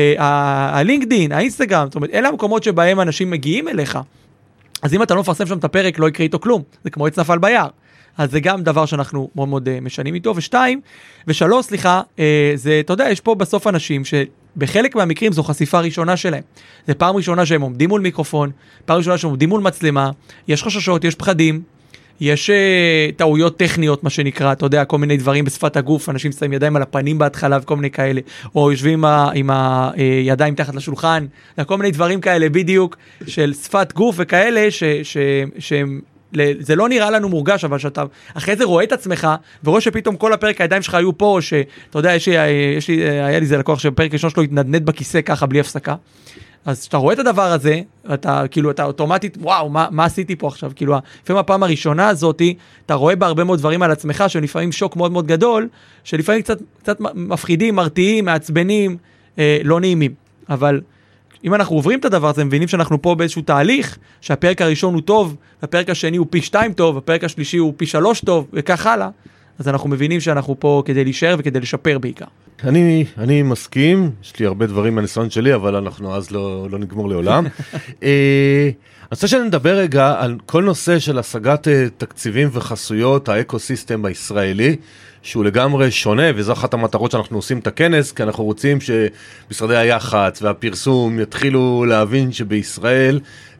הלינקדין, האינסטגרם, זאת אומרת, אלה המקומות שבהם אנשים מגיעים אליך. אז אם אתה לא מפרסם שם את הפרק, לא יקרה איתו כלום. זה כמו עץ נפל ביער. אז זה גם דבר שאנחנו מאוד מאוד uh, משנים איתו. ושתיים, ושלוש, סליחה, uh, זה, אתה יודע, יש פה בסוף אנשים שבחלק מהמקרים זו חשיפה ראשונה שלהם. זה פעם ראשונה שהם עומדים מול מיקרופון, פעם ראשונה שהם עומדים מול מצלמה, יש חששות, יש פחדים, יש uh, טעויות טכניות, מה שנקרא, אתה יודע, כל מיני דברים בשפת הגוף, אנשים שמים ידיים על הפנים בהתחלה וכל מיני כאלה, או יושבים עם הידיים תחת לשולחן, כל מיני דברים כאלה בדיוק, של שפת גוף וכאלה, ש, ש, שהם זה לא נראה לנו מורגש, אבל שאתה אחרי זה רואה את עצמך, ורואה שפתאום כל הפרק הידיים שלך היו פה, או שאתה יודע, יש לי, יש לי, היה לי זה לקוח שבפרק ראשון שלו התנדנד בכיסא ככה בלי הפסקה, אז כשאתה רואה את הדבר הזה, אתה כאילו, אתה אוטומטית, וואו, מה, מה עשיתי פה עכשיו? כאילו, לפעמים הפעם הראשונה הזאת, אתה רואה בה הרבה מאוד דברים על עצמך, שלפעמים שוק מאוד מאוד גדול, שלפעמים קצת, קצת מפחידים, מרתיעים, מעצבנים, אה, לא נעימים. אבל אם אנחנו עוברים את הדבר הזה, מבינים שאנחנו פה באיזשהו תהליך, שהפרק הראשון הוא טוב, הפרק השני הוא פי שתיים טוב, הפרק השלישי הוא פי שלוש טוב, וכך הלאה, אז אנחנו מבינים שאנחנו פה כדי להישאר וכדי לשפר בעיקר. אני, אני מסכים, יש לי הרבה דברים מהניסיון שלי, אבל אנחנו אז לא, לא נגמור לעולם. אני רוצה שנדבר רגע על כל נושא של השגת תקציבים וחסויות, האקוסיסטם הישראלי, שהוא לגמרי שונה, וזו אחת המטרות שאנחנו עושים את הכנס, כי אנחנו רוצים שמשרדי היח"צ והפרסום יתחילו להבין שבישראל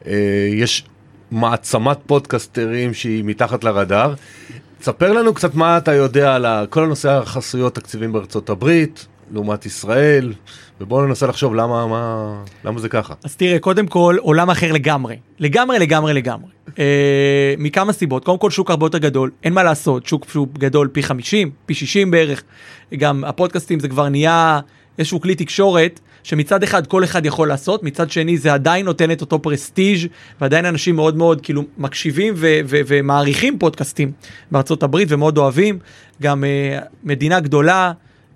יש מעצמת פודקסטרים שהיא מתחת לרדאר. תספר לנו קצת מה אתה יודע על כל הנושא החסויות תקציבים בארצות הברית, לעומת ישראל, ובואו ננסה לחשוב למה, מה, למה זה ככה. אז תראה, קודם כל, עולם אחר לגמרי. לגמרי, לגמרי, לגמרי. אה, מכמה סיבות. קודם כל, שוק הרבה יותר גדול. אין מה לעשות. שוק, שוק גדול פי חמישים, פי שישים בערך. גם הפודקאסטים זה כבר נהיה איזשהו כלי תקשורת, שמצד אחד כל אחד יכול לעשות, מצד שני זה עדיין נותן את אותו פרסטיג' ועדיין אנשים מאוד מאוד כאילו מקשיבים ו- ו- ומעריכים פודקאסטים בארצות הברית ומאוד אוהבים, גם uh, מדינה גדולה, uh,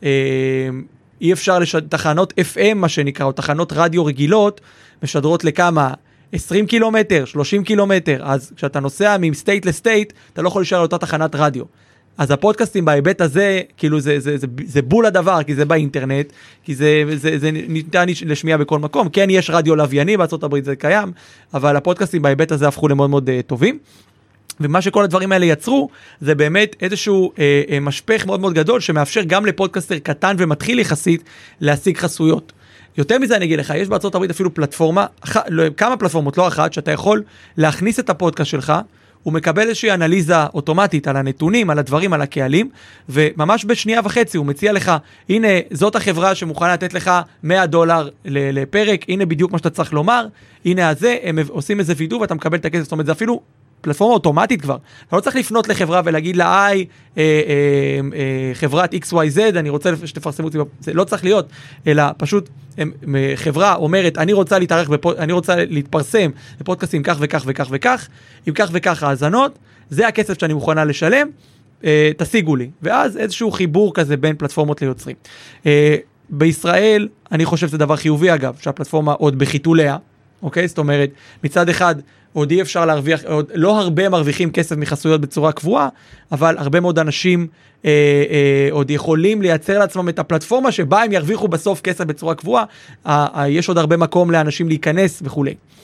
אי אפשר לשד... תחנות אף אם מה שנקרא, או תחנות רדיו רגילות, משדרות לכמה? עשרים קילומטר, שלושים קילומטר, אז כשאתה נוסע מסטייט לסטייט, אתה לא יכול להישאר על אותה תחנת רדיו. אז הפודקאסטים בהיבט הזה, כאילו זה, זה, זה, זה בול הדבר, כי זה באינטרנט, כי זה, זה, זה ניתן לשמיע בכל מקום. כן, יש רדיו לווייני בארצות הברית, זה קיים, אבל הפודקאסטים בהיבט הזה הפכו למאוד מאוד uh, טובים. ומה שכל הדברים האלה יצרו, זה באמת איזשהו אה, אה, משפך מאוד מאוד גדול, שמאפשר גם לפודקאסטר קטן ומתחיל יחסית, להשיג חסויות. יותר מזה אני אגיד לך, יש בארצות הברית אפילו פלטפורמה, אח, לא, כמה פלטפורמות, לא אחת, שאתה יכול להכניס את הפודקאסט שלך, הוא מקבל איזושהי אנליזה אוטומטית על הנתונים, על הדברים, על הקהלים, וממש בשנייה וחצי הוא מציע לך, הנה זאת החברה שמוכנה לתת לך מאה דולר לפרק, הנה בדיוק מה שאתה צריך לומר, הנה הזה, הם עושים איזה וידאו ואתה מקבל את הכסף, זאת אומרת זה אפילו פלטפורמה אוטומטית כבר, אתה לא צריך לפנות לחברה ולהגיד לה, היי, אה, אה, אה, חברת אקס וואי זד, אני רוצה שתפרסמו אותי, זה לא צריך להיות, אלא פשוט הם, חברה אומרת, אני רוצה להתארח, בפוד, אני רוצה להתפרסם בפודקאסטים כך וכך וכך וכך, עם כך וכך האזנות, זה הכסף שאני מוכנה לשלם, אה, תשיגו לי, ואז איזשהו חיבור כזה בין פלטפורמות ליוצרים. אה, בישראל, אני חושב שזה דבר חיובי אגב, שהפלטפורמה עוד בחיתוליה, אוקיי? זאת אומרת, מצד אחד, עוד אי אפשר להרוויח, עוד לא הרבה מרוויחים כסף מחסויות בצורה קבועה, אבל הרבה מאוד אנשים אה, אה, עוד יכולים לייצר לעצמם את הפלטפורמה שבה הם ירוויחו בסוף כסף בצורה קבועה, אה, אה, יש עוד הרבה מקום לאנשים להיכנס וכו'.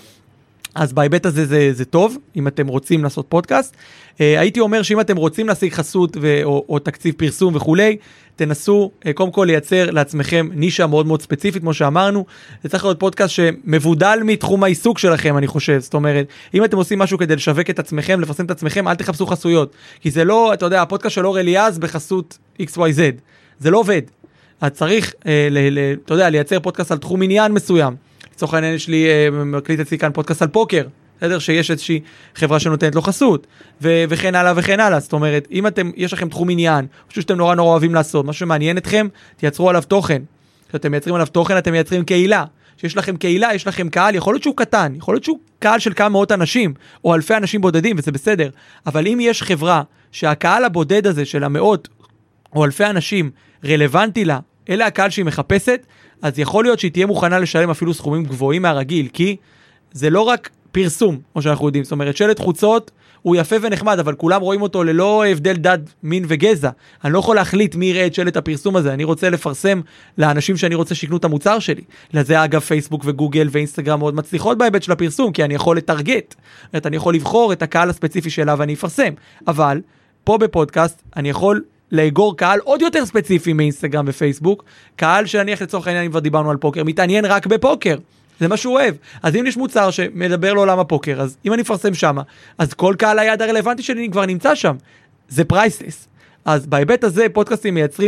אז בהיבט הזה זה, זה טוב, אם אתם רוצים לעשות פודקאסט. אה, הייתי אומר שאם אתם רוצים להשיג חסות ו- או, או תקציב פרסום וכולי, תנסו אה, קודם כל לייצר לעצמכם נישה מאוד מאוד ספציפית, כמו שאמרנו. זה צריך להיות פודקאסט שמבודל מתחום העיסוק שלכם, אני חושב. זאת אומרת, אם אתם עושים משהו כדי לשווק את עצמכם, לפרסם את עצמכם, אל תחפשו חסויות. כי זה לא, אתה יודע, הפודקאסט של אור אליעז בחסות אקס וואי זד. זה לא עובד. אז צריך, אה, ל- ל- אתה יודע, לייצר פודקאסט על תחום עניין מסוים. לצורך העניין יש לי, מקליט אצלי כאן פודקאסט על פוקר, בסדר? שיש איזושהי חברה שנותנת לו חסות, ו- וכן הלאה וכן הלאה. זאת אומרת, אם אתם, יש לכם תחום עניין, משהו שאתם נורא נורא אוהבים לעשות, משהו שמעניין אתכם, תייצרו עליו תוכן. כשאתם מייצרים עליו תוכן, אתם מייצרים קהילה. שיש לכם קהילה, יש לכם קהל, יכול להיות שהוא קטן, יכול להיות שהוא קהל של כמה מאות אנשים, או אלפי אנשים בודדים, וזה בסדר. אבל אם יש חברה שהקהל הבודד הזה של המאות או אלפי אנשים רלוונטי לה, אלה הקהל שהיא מחפשת, אז יכול להיות שהיא תהיה מוכנה לשלם אפילו סכומים גבוהים מהרגיל, כי זה לא רק פרסום, כמו שאנחנו יודעים, זאת אומרת, שלט חוצות הוא יפה ונחמד, אבל כולם רואים אותו ללא הבדל דת, מין וגזע. אני לא יכול להחליט מי יראה את שלט הפרסום הזה, אני רוצה לפרסם לאנשים שאני רוצה שיקנו את המוצר שלי. לזה אגב פייסבוק וגוגל ואינסטגרם מאוד מצליחות בהיבט של הפרסום, כי אני יכול לטרגט, זאת אומרת, אני יכול לבחור את הקהל הספציפי שאליו ואני אפרסם. אבל פה בפודקאסט אני יכול לאגור קהל עוד יותר ספציפי מאינסטגרם ופייסבוק, קהל שאני איך לצורך העניין, אם כבר דיברנו על פוקר, מתעניין רק בפוקר, זה מה שהוא אוהב. אז אם יש מוצר שמדבר לעולם הפוקר, אז אם אני אפרסם שם, אז כל קהל היעד הרלוונטי שלי כבר נמצא שם, זה פרייסלס. אז בהיבט הזה פודקאסטים מייצרים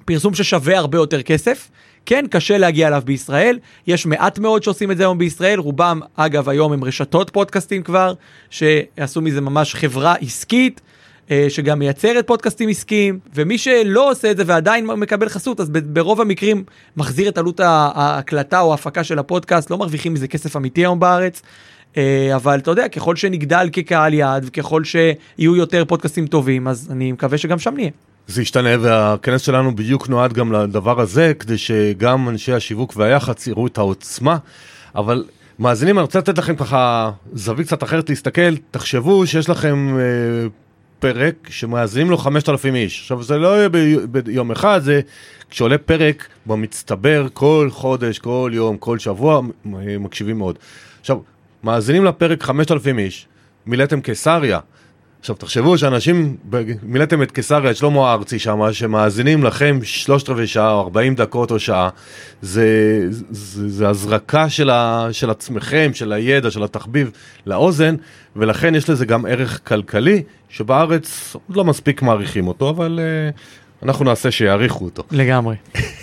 פרסום ששווה הרבה יותר כסף, כן, קשה להגיע אליו בישראל, יש מעט מאוד שעושים את זה היום בישראל, רובם, אגב, היום הם רשתות פודקאסטים כבר, שעשו מזה ממש חברה עסקית, שגם מייצרת פודקאסטים עסקיים, ומי שלא עושה את זה ועדיין מקבל חסות, אז ברוב המקרים מחזיר את עלות ההקלטה או ההפקה של הפודקאסט, לא מרוויחים מזה כסף אמיתי היום בארץ, אבל אתה יודע, ככל שנגדל כקהל יעד, וככל שיהיו יותר פודקאסטים טובים, אז אני מקווה שגם שם נהיה. זה ישתנה, והכנס שלנו בדיוק נועד גם לדבר הזה, כדי שגם אנשי השיווק והיח"צ יראו את העוצמה, אבל מאזינים, אני רוצה לתת לכם ככה זווית קצת אחרת להסתכל, תחשבו שיש לכם אה, פרק שמאזינים לו חמשת אלפים איש, עכשיו זה לא יהיה ב- ביום אחד, זה כשעולה פרק במצטבר כל חודש, כל יום, כל שבוע, מקשיבים מאוד. עכשיו, מאזינים לפרק חמשת אלפים איש, מילאתם קיסריה, עכשיו תחשבו שאנשים, מילאתם את קיסריה, את שלמה הארצי שם, שמאזינים לכם שלושת רבעי שעה או ארבעים דקות או שעה, זה, זה, זה הזרקה של, ה, של עצמכם, של הידע, של התחביב לאוזן, ולכן יש לזה גם ערך כלכלי, שבארץ לא מספיק מעריכים אותו, אבל uh, אנחנו נעשה שיעריכו אותו. לגמרי.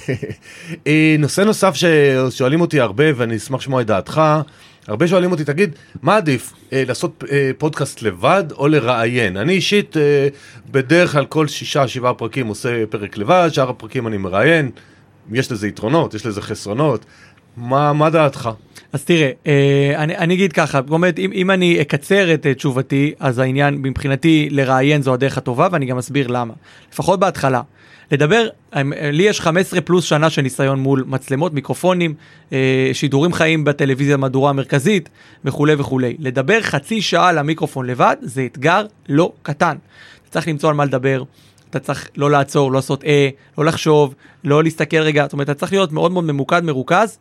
נושא נוסף ששואלים אותי הרבה, ואני אשמח לשמוע את דעתך, הרבה שואלים אותי, תגיד, מה עדיף, אה, לעשות אה, פודקאסט לבד או לראיין? אני אישית אה, בדרך כלל כל שישה, שבעה פרקים עושה פרק לבד, שאר הפרקים אני מראיין, יש לזה יתרונות, יש לזה חסרונות, מה, מה דעתך? אז תראה, אה, אני, אני אגיד ככה, באמת, אם, אם אני אקצר את תשובתי, אז העניין מבחינתי לראיין זו הדרך הטובה, ואני גם אסביר למה. לפחות בהתחלה. לדבר, לי יש חמש עשרה פלוס שנה של ניסיון מול מצלמות, מיקרופונים, שידורים חיים בטלוויזיה המהדורה המרכזית וכו' וכו'. לדבר חצי שעה למיקרופון לבד, זה אתגר לא קטן. אתה צריך למצוא על מה לדבר, אתה צריך לא לעצור, לא לעשות אה, לא לחשוב, לא להסתכל רגע, זאת אומרת, אתה צריך להיות מאוד מאוד ממוקד, מרוכז,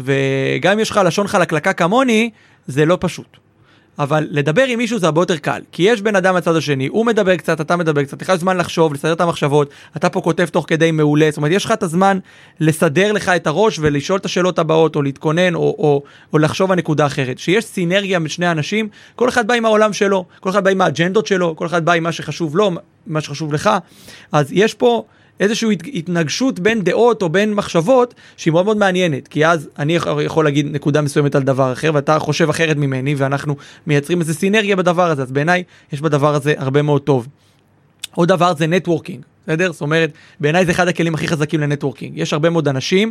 וגם אם יש לך לשון חלקלקה כמוני, זה לא פשוט. אבל לדבר עם מישהו זה הרבה יותר קל, כי יש בן אדם מהצד השני, הוא מדבר קצת, אתה מדבר קצת, לך יש זמן לחשוב, לסדר את המחשבות, אתה פה כותב תוך כדי מעולה, זאת אומרת, יש לך את הזמן לסדר לך את הראש ולשאול את השאלות הבאות, או להתכונן, או, או, או לחשוב על נקודה אחרת. שיש סינרגיה בין שני אנשים, כל אחד בא עם העולם שלו, כל אחד בא עם האג'נדות שלו, כל אחד בא עם מה שחשוב לו, מה שחשוב לך, אז יש פה איזושהי התנגשות בין דעות או בין מחשבות שהיא מאוד מאוד מעניינת, כי אז אני יכול להגיד נקודה מסוימת על דבר אחר, ואתה חושב אחרת ממני, ואנחנו מייצרים איזו סינרגיה בדבר הזה, אז בעיניי יש בדבר הזה הרבה מאוד טוב. עוד דבר זה נטוורקינג, בסדר? זאת אומרת, בעיניי זה אחד הכלים הכי חזקים לנטוורקינג. יש הרבה מאוד אנשים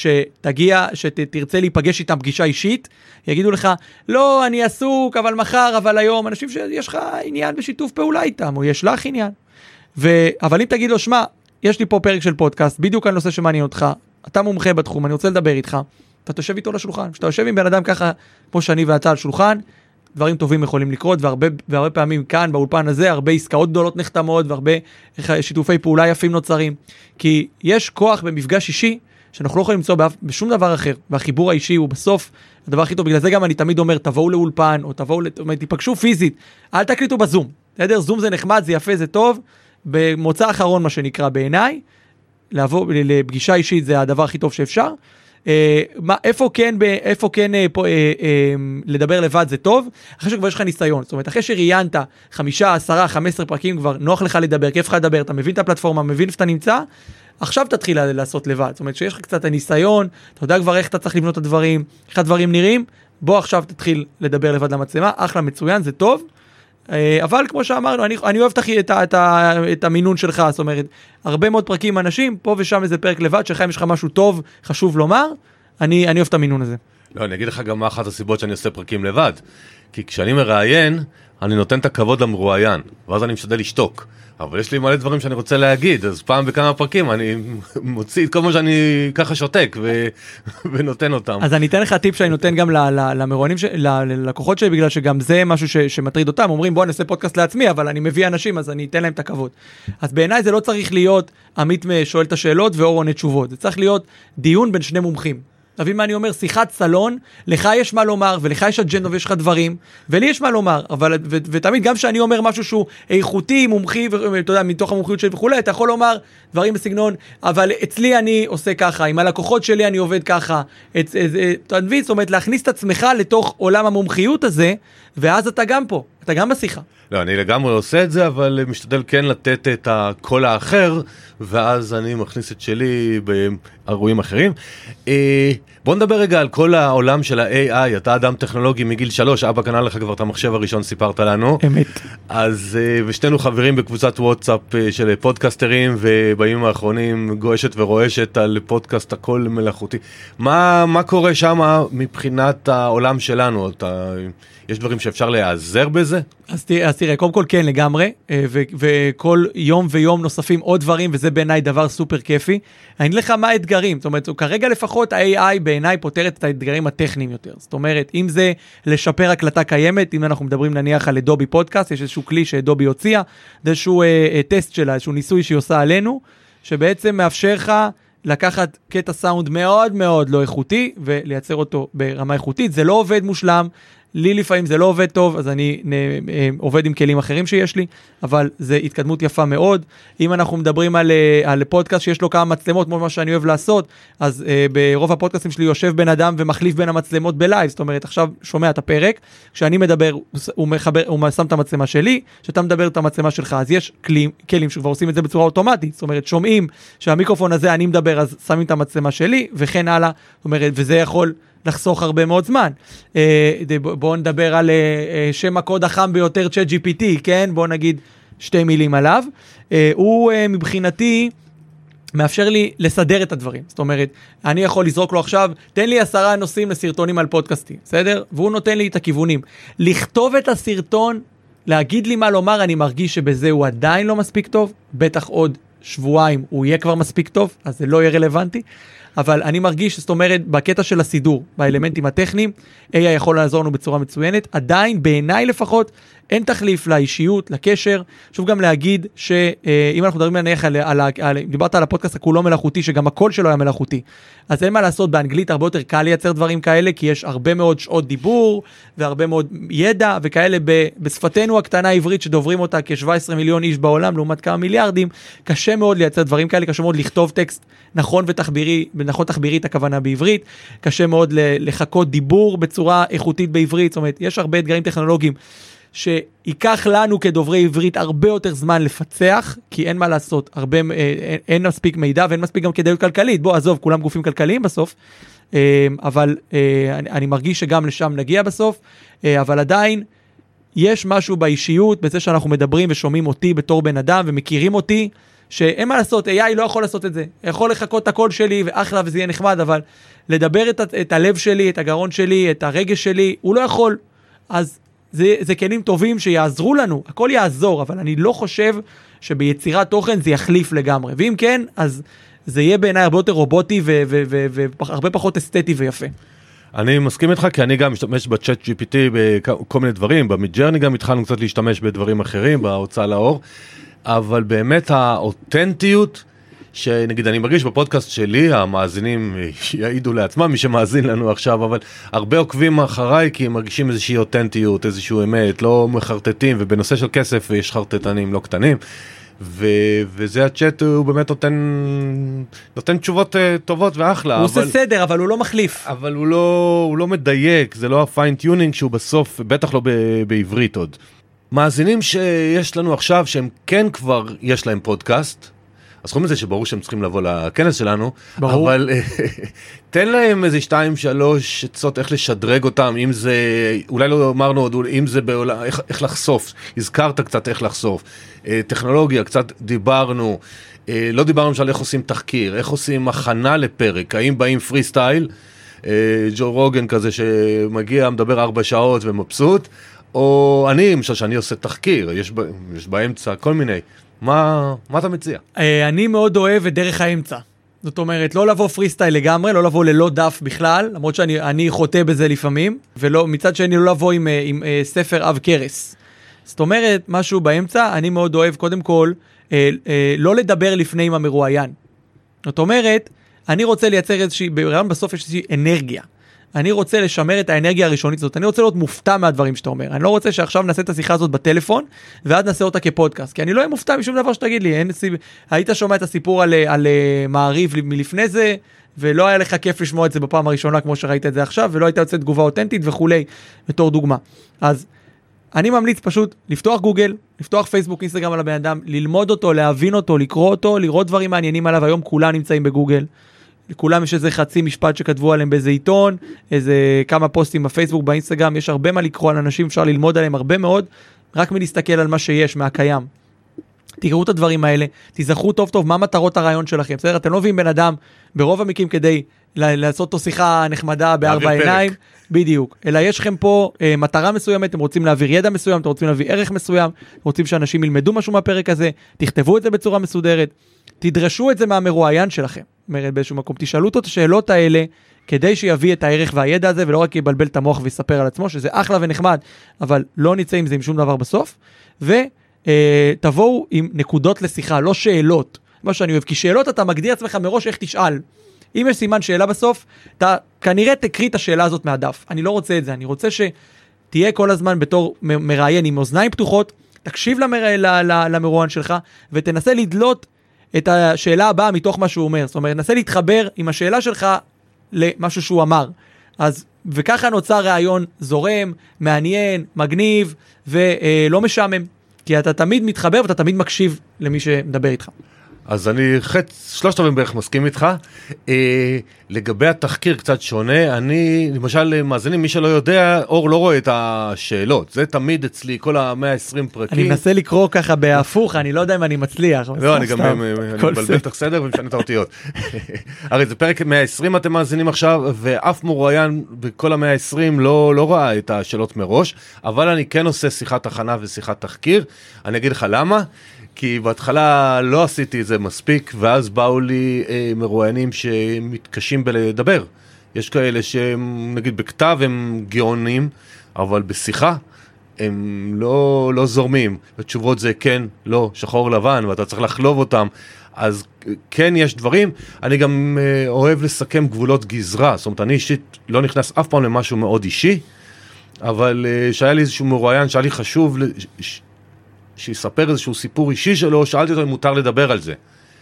שתגיע, שתרצה להיפגש איתם פגישה אישית, יגידו לך, לא, אני עסוק, אבל מחר, אבל היום, אנשים שיש לך עניין בשיתוף פעולה איתם, או יש לך עניין. ו... אבל אם תגיד לו, שמה, יש לי פה פרק של פודקאסט, בדיוק על נושא שמעניין אותך, אתה מומחה בתחום, אני רוצה לדבר איתך, אתה תושב איתו לשולחן. כשאתה יושב עם בן אדם ככה, כמו שאני ואתה על שולחן, דברים טובים יכולים לקרות, והרבה, והרבה פעמים כאן, באולפן הזה, הרבה עסקאות גדולות נחתמות, והרבה שיתופי פעולה יפים נוצרים. כי יש כוח במפגש אישי, שאנחנו לא יכולים למצוא בשום דבר אחר, והחיבור האישי הוא בסוף הדבר הכי טוב. בגלל זה גם אני תמיד אומר, תבואו לאולפן, או תבואו, תיפגשו פיזית, אל תקליטו בזום. בסדר? זום זה נחמד, זה יפה, זה טוב. במוצא האחרון, מה שנקרא בעיניי, לבוא לפגישה אישית זה הדבר הכי טוב שאפשר. אה, מה, איפה כן, איפה כן אה, פה, אה, אה, לדבר לבד זה טוב, אחרי שכבר יש לך ניסיון. זאת אומרת, אחרי שראיינת חמישה, עשרה, חמש עשרה פרקים כבר, נוח לך לדבר, כיף לך לדבר, אתה מבין את הפלטפורמה, מבין איפה אתה נמצא, עכשיו תתחיל לעשות לבד. זאת אומרת, שיש לך קצת הניסיון, אתה יודע כבר איך אתה צריך לבנות את הדברים, איך הדברים נראים, בוא עכשיו תתחיל לדבר לבד למצלמה, אחלה, מצוין, זה טוב. אבל כמו שאמרנו, אני, אני אוהב את, את, את המינון שלך, זאת אומרת, הרבה מאוד פרקים אנשים, פה ושם איזה פרק לבד, שלך אם יש לך משהו טוב, חשוב לומר, אני, אני אוהב את המינון הזה. לא, אני אגיד לך גם מה אחת הסיבות שאני עושה פרקים לבד, כי כשאני מראיין, אני נותן את הכבוד למרואיין, ואז אני משתדל לשתוק. אבל יש לי מלא דברים שאני רוצה להגיד, אז פעם בכמה פרקים אני מוציא את כל מה שאני ככה שותק ו... ונותן אותם. אז אני אתן לך טיפ שאני נותן גם למרואיינים, ש... ללקוחות שלי, בגלל שגם זה משהו ש... שמטריד אותם, אומרים בוא נעשה פודקאסט לעצמי, אבל אני מביא אנשים, אז אני אתן להם את הכבוד. אז בעיניי זה לא צריך להיות עמית שואל את השאלות ואור עונה תשובות, זה צריך להיות דיון בין שני מומחים. תבין מה אני אומר, שיחת סלון, לך יש מה לומר, ולך יש אג'נדה ויש לך דברים, ולי יש מה לומר, אבל, ו, ותמיד גם שאני אומר משהו שהוא איכותי, מומחי, ואתה יודע, מתוך המומחיות שלי וכולי, אתה יכול לומר דברים בסגנון, אבל אצלי אני עושה ככה, עם הלקוחות שלי אני עובד ככה, את, את, את, זאת אומרת, להכניס את עצמך לתוך עולם המומחיות הזה, ואז אתה גם פה, אתה גם בשיחה. לא, אני לגמרי עושה את זה, אבל משתדל כן לתת את הקול האחר, ואז אני מכניס את שלי באירועים אחרים. בוא נדבר רגע על כל העולם של ה-איי איי, אתה אדם טכנולוגי מגיל שלוש, אבא קנה לך כבר את המחשב הראשון, סיפרת לנו. אמת. אז, ושתינו חברים בקבוצת וואטסאפ של פודקסטרים, ובימים האחרונים גועשת ורועשת על פודקאסט הכל מלאכותי. מה, מה קורה שם מבחינת העולם שלנו? אתה, יש דברים שאפשר להיעזר בזה? אז תראה, אז תראה, קודם כל כן לגמרי, ו- וכל יום ויום נוספים עוד דברים, וזה בעיניי דבר סופר כיפי. אני אגיד לך מה האתגרים, זאת אומרת, כרגע לפחות ה-איי איי בעיניי פותרת את האתגרים הטכניים יותר. זאת אומרת, אם זה לשפר הקלטה קיימת, אם אנחנו מדברים נניח על אדובי פודקאסט, יש איזשהו כלי שאדובי הוציאה, זה איזשהו אה, אה, טסט שלה, איזשהו ניסוי שהיא עושה עלינו, שבעצם מאפשר לך לקחת קטע סאונד מאוד מאוד לא איכותי, ולייצר אותו ברמה איכותית. זה לא עובד מושלם, לי לפעמים זה לא עובד טוב, אז אני נ, עובד עם כלים אחרים שיש לי, אבל זה התקדמות יפה מאוד. אם אנחנו מדברים על, על פודקאסט שיש לו כמה מצלמות, כמו מה שאני אוהב לעשות, אז uh, ברוב הפודקאסטים שלי יושב בן אדם ומחליף בין המצלמות בלייב, זאת אומרת, עכשיו שומע את הפרק, כשאני מדבר, הוא, מחבר, הוא שם את המצלמה שלי, שאתה מדבר את המצלמה שלך, אז יש כלים, כלים שכבר עושים את זה בצורה אוטומטית, זאת אומרת, שומעים שהמיקרופון הזה אני מדבר, אז שמים את המצלמה שלי, וכן הלאה, זאת אומרת, וזה יכול לחסוך הרבה מאוד זמן. בואו נדבר על שם הקוד החם ביותר, צ'אט ג'י פי טי, כן? בואו נגיד שתי מילים עליו. הוא מבחינתי מאפשר לי לסדר את הדברים. זאת אומרת, אני יכול לזרוק לו עכשיו, תן לי עשרה נושאים לסרטונים על פודקאסטים, בסדר? והוא נותן לי את הכיוונים. לכתוב את הסרטון, להגיד לי מה לומר, אני מרגיש שבזה הוא עדיין לא מספיק טוב, בטח עוד שבועיים הוא יהיה כבר מספיק טוב, אז זה לא יהיה רלוונטי. אבל אני מרגיש, זאת אומרת, בקטע של הסידור, באלמנטים הטכניים, איי איי יכול לעזור לנו בצורה מצוינת, עדיין, בעיניי לפחות, אין תחליף לאישיות, לקשר. שוב גם להגיד שאם אנחנו מדברים נניח על, על, על, דיברת על הפודקאסט הכולו מלאכותי, שגם הקול שלו היה מלאכותי, אז אין מה לעשות באנגלית, הרבה יותר קל לייצר דברים כאלה, כי יש הרבה מאוד שעות דיבור, והרבה מאוד ידע, וכאלה ב, בשפתנו הקטנה העברית, שדוברים אותה כ-שבעה עשר מיליון איש בעולם, לעומת כמה מיליארדים, קשה מאוד לייצר דברים כאלה, קשה מאוד לכתוב טקסט נכון ותחבירי, נכון תחבירית הכוונה בעברית, קשה מאוד לחכות דיבור בצורה איכותית בעברית, זאת אומרת, יש הרבה אתגרים טכנולוגיים, שיקח לנו כדוברי עברית הרבה יותר זמן לפצח, כי אין מה לעשות, הרבה, אין, אין מספיק מידע ואין מספיק גם כדאיות כלכלית. בוא, עזוב, כולם גופים כלכליים בסוף, אבל אני, אני מרגיש שגם לשם נגיע בסוף, אבל עדיין יש משהו באישיות, בזה שאנחנו מדברים ושומעים אותי בתור בן אדם ומכירים אותי, שאין מה לעשות, איי איי לא יכול לעשות את זה. יכול לחכות את הקול שלי ואחלה וזה יהיה נחמד, אבל לדבר את, את הלב שלי, את הגרון שלי, את הרגש שלי, הוא לא יכול. אז זה, זה כלים טובים שיעזרו לנו, הכל יעזור, אבל אני לא חושב שביצירת תוכן זה יחליף לגמרי. ואם כן, אז זה יהיה בעיניי הרבה יותר רובוטי והרבה פחות אסתטי ויפה. אני מסכים איתך, כי אני גם משתמש בצ'אט ג'י פי טי בכל מיני דברים, במידג'רני גם התחלנו קצת להשתמש בדברים אחרים, בהוצאה לאור, אבל באמת האותנטיות, שנגיד אני מרגיש בפודקאסט שלי, המאזינים יעידו לעצמם, מי שמאזין לנו עכשיו, אבל הרבה עוקבים אחריי, כי הם מרגישים איזושהי אותנטיות, איזשהו אמת, לא מחרטטים, ובנושא של כסף יש חרטטנים לא קטנים, ו- וזה הצ'אט הוא באמת נותן, נותן תשובות uh, טובות ואחלה. הוא אבל, עושה סדר, אבל הוא לא מחליף. אבל הוא לא, הוא לא מדייק, זה לא הפיינטיונינג שהוא בסוף, בטח לא ב- בעברית עוד. מאזינים שיש לנו עכשיו, שהם כן כבר יש להם פודקאסט, אז חוץ מזה שברור שהם צריכים לבוא לכנס שלנו, ברור. אבל תן להם איזה שתיים, שלוש עצות איך לשדרג אותם, אם זה, אולי לא אמרנו עוד, אם זה בעולם, איך, איך לחשוף, הזכרת קצת איך לחשוף, טכנולוגיה, קצת דיברנו, לא דיברנו למשל איך עושים תחקיר, איך עושים הכנה לפרק, האם באים פרי סטייל, ג'ו רוגן כזה שמגיע, מדבר ארבע שעות ומבסוט, או אני, למשל שאני עושה תחקיר, יש, יש באמצע כל מיני, מה, מה אתה מציע? אני מאוד אוהב את דרך האמצע. זאת אומרת, לא לבוא פרי סטייל לגמרי, לא לבוא ללא דף בכלל, למרות שאני אני חוטא בזה לפעמים, ומצד שני לא לבוא עם, עם, עם ספר אב קרס. זאת אומרת, משהו באמצע, אני מאוד אוהב קודם כל, אה, אה, לא לדבר לפני עם המרואיין. זאת אומרת, אני רוצה לייצר איזושהי, ברעיון בסוף יש איזושהי אנרגיה. אני רוצה לשמר את האנרגיה הראשונית הזאת, אני רוצה להיות מופתע מהדברים שאתה אומר, אני לא רוצה שעכשיו נעשה את השיחה הזאת בטלפון, ועד נעשה אותה כפודקאסט, כי אני לא אהיה מופתע משום דבר שתגיד לי, אין, היית שומע את הסיפור על, על מעריב מלפני זה, ולא היה לך כיף לשמוע את זה בפעם הראשונה, כמו שראית את זה עכשיו, ולא הייתה יוצאת תגובה אותנטית וכולי, בתור דוגמה. אז אני ממליץ פשוט לפתוח גוגל, לפתוח פייסבוק, אינסטגרם על הבן אדם, ללמוד אותו, להבין אותו, לקרוא אותו, לראות דברים מעניינים עליו. היום כולם נמצאים בגוגל. לכולם יש איזה חצי משפט שכתבו עליהם באיזה עיתון, איזה כמה פוסטים בפייסבוק, באינסטגרם, יש הרבה מה לקרוא על אנשים, אפשר ללמוד עליהם הרבה מאוד, רק מלהסתכל על מה שיש, מהקיים. תקראו את הדברים האלה, תזכרו טוב טוב מה מטרות הרעיון שלכם. בסדר? אתם לא מביאים בן אדם ברוב המקרים כדי לעשות אותו שיחה נחמדה בארבע עיניים, בדיוק. אלא יש לכם פה אה, מטרה מסוימת, אתם רוצים להעביר ידע מסוים, אתם רוצים להביא ערך מסוים, אתם רוצים שאנשים ילמדו משהו מהפרק הזה, תכתבו את זה בצורה מסודרת, תדרשו את זה מהמרואיין שלכם. אומרת באיזשהו מקום, תשאלו אותו את השאלות האלה, כדי שיביא את הערך והידע הזה, ולא רק יבלבל את המוח ויספר על עצמו, שזה אחלה ונחמד, אבל לא נצא עם זה עם שום דבר בסוף, ותבואו עם נקודות לשיחה, לא שאלות, מה שאני אוהב, כי שאלות אתה מגדיר עצמך מראש איך תשאל. אם יש סימן שאלה בסוף, אתה כנראה תקריא את השאלה הזאת מהדף. אני לא רוצה את זה, אני רוצה שתהיה כל הזמן בתור מראיין עם אוזניים פתוחות, תקשיב למרא... למרואיין שלך, ותנסה לדלות את השאלה הבאה מתוך מה שהוא אומר. זאת אומרת, נסה להתחבר עם השאלה שלך למשהו שהוא אמר. אז, וככה נוצר רעיון זורם, מעניין, מגניב, ולא משעמם. כי אתה תמיד מתחבר ואתה תמיד מקשיב למי שמדבר איתך. אז אני חץ, שלושת רבים בערך מסכים איתך. אה, לגבי התחקיר קצת שונה, אני, למשל, מאזינים, מי שלא יודע, אור לא רואה את השאלות. זה תמיד אצלי, כל ה-מאה ועשרים פרקים. אני מנסה לקרוא ככה בהפוך, אני לא יודע אם אני מצליח. לא, אני גם מבלבל את הסדר ומשנה את האותיות. הרי זה פרק מאה ועשרים אתם מאזינים עכשיו, ואף מרואיין בכל ה-מאה ועשרים לא, לא ראה את השאלות מראש, אבל אני כן עושה שיחת הכנה ושיחת תחקיר. אני אגיד לך למה. כי בהתחלה לא עשיתי את זה מספיק, ואז באו לי אה, מרואיינים שמתקשים בלדבר. יש כאלה שהם, נגיד, בכתב הם גאונים, אבל בשיחה הם לא, לא זורמים. התשובות זה כן, לא, שחור לבן, ואתה צריך לחלוב אותם. אז כן יש דברים. אני גם אה, אוהב לסכם גבולות גזרה. זאת אומרת, אני אישית לא נכנס אף פעם למשהו מאוד אישי, אבל אה, שהיה לי איזשהו מרואיין שהיה לי חשוב... לש... שיספר איזשהו סיפור אישי שלו, שאלתי אותו אם מותר לדבר על זה.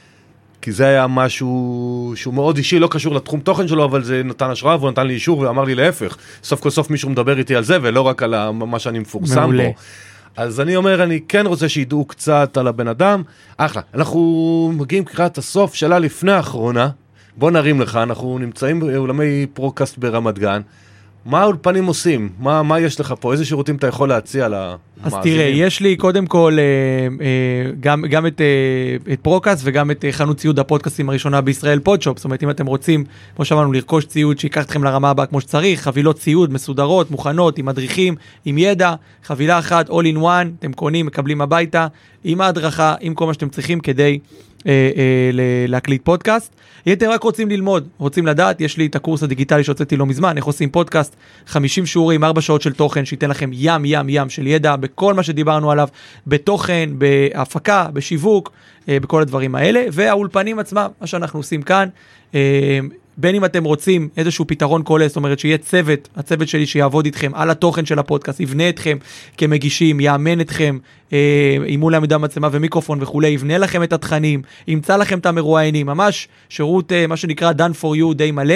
כי זה היה משהו שהוא מאוד אישי, לא קשור לתחום תוכן שלו, אבל זה נתן השראה, והוא נתן לי אישור ואמר לי להפך. סוף כל סוף מישהו מדבר איתי על זה, ולא רק על מה שאני מפורסם מעולה. בו. אז אני אומר, אני כן רוצה שידעו קצת על הבן אדם. אחלה, אנחנו מגיעים לקראת הסוף, שאלה לפני האחרונה. בוא נרים לך, אנחנו נמצאים באולמי פרוקאסט ברמת גן. מה האולפנים עושים? מה, מה יש לך פה? איזה שירותים אתה יכול להציע למאזינים? אז תראה, יש לי קודם כל אה, אה, גם, גם את, אה, את פרוקאסט וגם את אה, חנות ציוד הפודקאסטים הראשונה בישראל פודשופ. זאת אומרת, אם אתם רוצים, כמו שאמרנו, לרכוש ציוד שיקח אתכם לרמה הבאה כמו שצריך, חבילות ציוד מסודרות, מוכנות, עם מדריכים, עם ידע, חבילה אחת, all in one, אתם קונים, מקבלים הביתה, עם ההדרכה, עם כל מה שאתם צריכים כדי אה, אה, להקליט פודקאסט. אם אתם רק רוצים ללמוד, רוצים לדעת, יש לי את הקורס הדיגיטלי שהוצאתי לא מזמן, איך עושים פודקאסט, חמישים שיעורים, ארבע שעות של תוכן, שייתן לכם ים ים ים של ידע, בכל מה שדיברנו עליו, בתוכן, בהפקה, בשיווק, בכל הדברים האלה, והאולפנים עצמם, מה שאנחנו עושים כאן, בין אם אתם רוצים איזשהו פתרון כולל, זאת אומרת שיהיה צוות, הצוות שלי שיעבוד איתכם על התוכן של הפודקאסט, יבנה אתכם כמגישים, יאמן אתכם, אימון לעמידה מצלמה ומיקרופון וכו', יבנה לכם את התכנים, ימצא לכם את המרואיינים, ממש שירות, מה שנקרא done for you די מלא,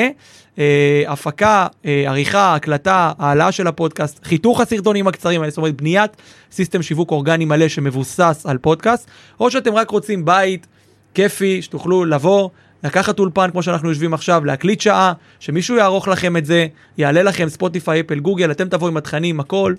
הפקה, עריכה, הקלטה, העלאה של הפודקאסט, חיתוך הסרטונים הקצרים, זאת אומרת בניית סיסטם שיווק אורגני מלא שמבוסס על פודקאסט, או שאתם רק רוצים בית כיפי, שתוכלו לבוא, לקחת אולפן כמו שאנחנו יושבים עכשיו, להקליט שעה, שמישהו יערוך לכם את זה, יעלה לכם ספוטיפיי, אפל, גוגל, אתם תבואו עם התכנים, הכל.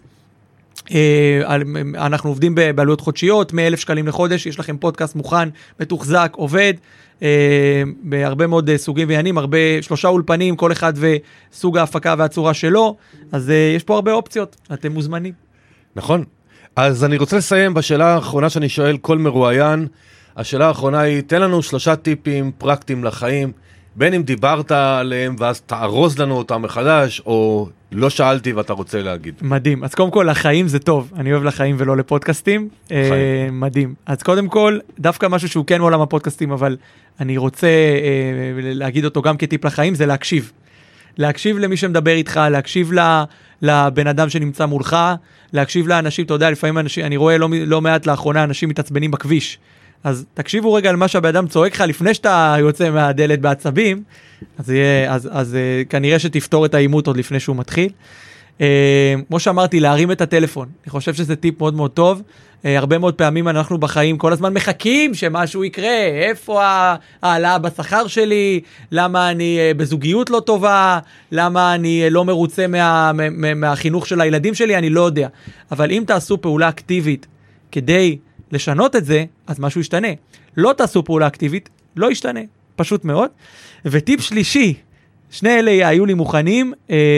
אנחנו עובדים בעלויות חודשיות, מאה אלף שקלים לחודש, יש לכם פודקאסט מוכן, מתוחזק, עובד, בהרבה מאוד סוגים ועניינים, הרבה, שלושה אולפנים, כל אחד וסוג ההפקה והצורה שלו, אז יש פה הרבה אופציות, אתם מוזמנים. נכון. אז אני רוצה לסיים בשאלה האחרונה שאני שואל כל מרואיין, השאלה האחרונה היא, תן לנו שלושה טיפים פרקטיים לחיים, בין אם דיברת עליהם ואז תארוז לנו אותם מחדש, או לא שאלתי ואתה רוצה להגיד. מדהים. אז קודם כל, לחיים זה טוב. אני אוהב לחיים ולא לפודקאסטים. אה, מדהים. אז קודם כל, דווקא משהו שהוא כן מעולם הפודקאסטים, אבל אני רוצה אה, להגיד אותו גם כטיפ לחיים, זה להקשיב. להקשיב למי שמדבר איתך, להקשיב לבן אדם שנמצא מולך, להקשיב לאנשים, אתה יודע, לפעמים אנשים, אני רואה לא, לא מעט לאחרונה אנשים מתעצבנים בכביש. אז תקשיבו רגע על מה שהבן אדם צועק לך לפני שאתה יוצא מהדלת בעצבים, אז, יהיה, אז, אז כנראה שתפתור את האימות עוד לפני שהוא מתחיל. כמו שאמרתי, להרים את הטלפון. אני חושב שזה טיפ מאוד מאוד טוב. הרבה מאוד פעמים אנחנו בחיים כל הזמן מחכים שמשהו יקרה. איפה העלאה בשכר שלי? למה אני בזוגיות לא טובה? למה אני לא מרוצה מה, מה, מהחינוך של הילדים שלי? אני לא יודע. אבל אם תעשו פעולה אקטיבית כדי לשנות את זה, אז משהו ישתנה. לא תעשו פעולה אקטיבית, לא ישתנה. פשוט מאוד. וטיפ שלישי, שני אלה היו לי מוכנים,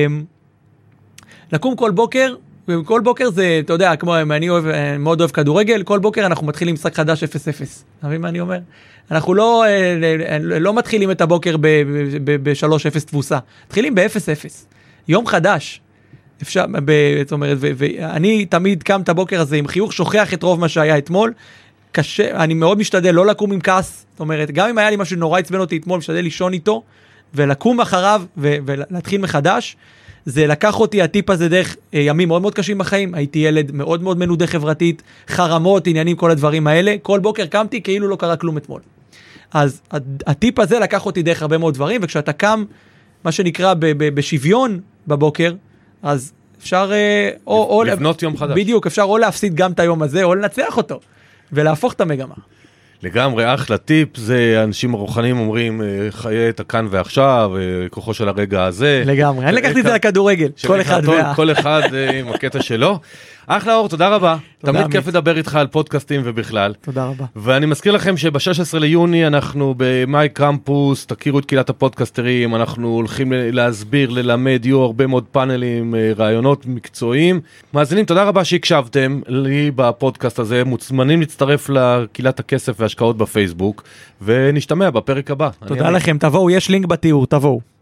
לקום כל בוקר, כל בוקר זה, אתה יודע, כמו, אני אוהב, מאוד אוהב כדורגל, כל בוקר אנחנו מתחילים משחק חדש אפס אפס. אתה מבין מה אני אומר? אנחנו לא, לא מתחילים את הבוקר ב-שלוש אפס תבוסה, מתחילים ב-אפס אפס. יום חדש. אפשר, זאת אומרת, ואני תמיד קם את הבוקר הזה עם חיוך, שוכח את רוב מה שהיה אתמול, קשה, אני מאוד משתדל לא לקום עם כעס, זאת אומרת, גם אם היה לי משהו נורא עצבן אותי אתמול, משתדל לישון איתו, ולקום אחריו, ו- ולהתחיל מחדש. זה לקח אותי, הטיפ הזה דרך אה, ימים מאוד מאוד קשים בחיים, הייתי ילד מאוד מאוד מנודה חברתית, חרמות, עניינים, כל הדברים האלה, כל בוקר קמתי כאילו לא קרה כלום אתמול. אז הטיפ הזה לקח אותי דרך הרבה מאוד דברים, וכשאתה קם, מה שנקרא ב- ב- בשוויון בבוקר, אז אפשר אה, או... לבנות או, יום חדש. בדיוק, אפשר או להפסיד גם את היום הזה, או לנצח אותו, ולהפוך את המגמה. לגמרי, אחלה טיפ, זה אנשים רוחניים אומרים, חיי את הכאן ועכשיו, כוחו של הרגע הזה. לגמרי, אני לקחתי את זה לכדורגל, כל אחד וה... כל אחד עם הקטע שלו. אחלה אור, תודה רבה. תמיד כיף לדבר איתך על פודקאסטים ובכלל. תודה רבה. ואני מזכיר לכם שב-שישה עשר ליוני אנחנו במאי קמפוס, תכירו את קהילת הפודקאסטרים, אנחנו הולכים להסביר, ללמד, יהיו הרבה מאוד פאנלים, רעיונות מקצועיים. מאזינים, תודה רבה שהקשבתם לי בפודקאסט הזה, מוזמנים להצטרף לקהילת הכסף והשקעות בפייסבוק, ונשתמע בפרק הבא. תודה לכם, תבואו, יש לינק בתיאור, תבואו.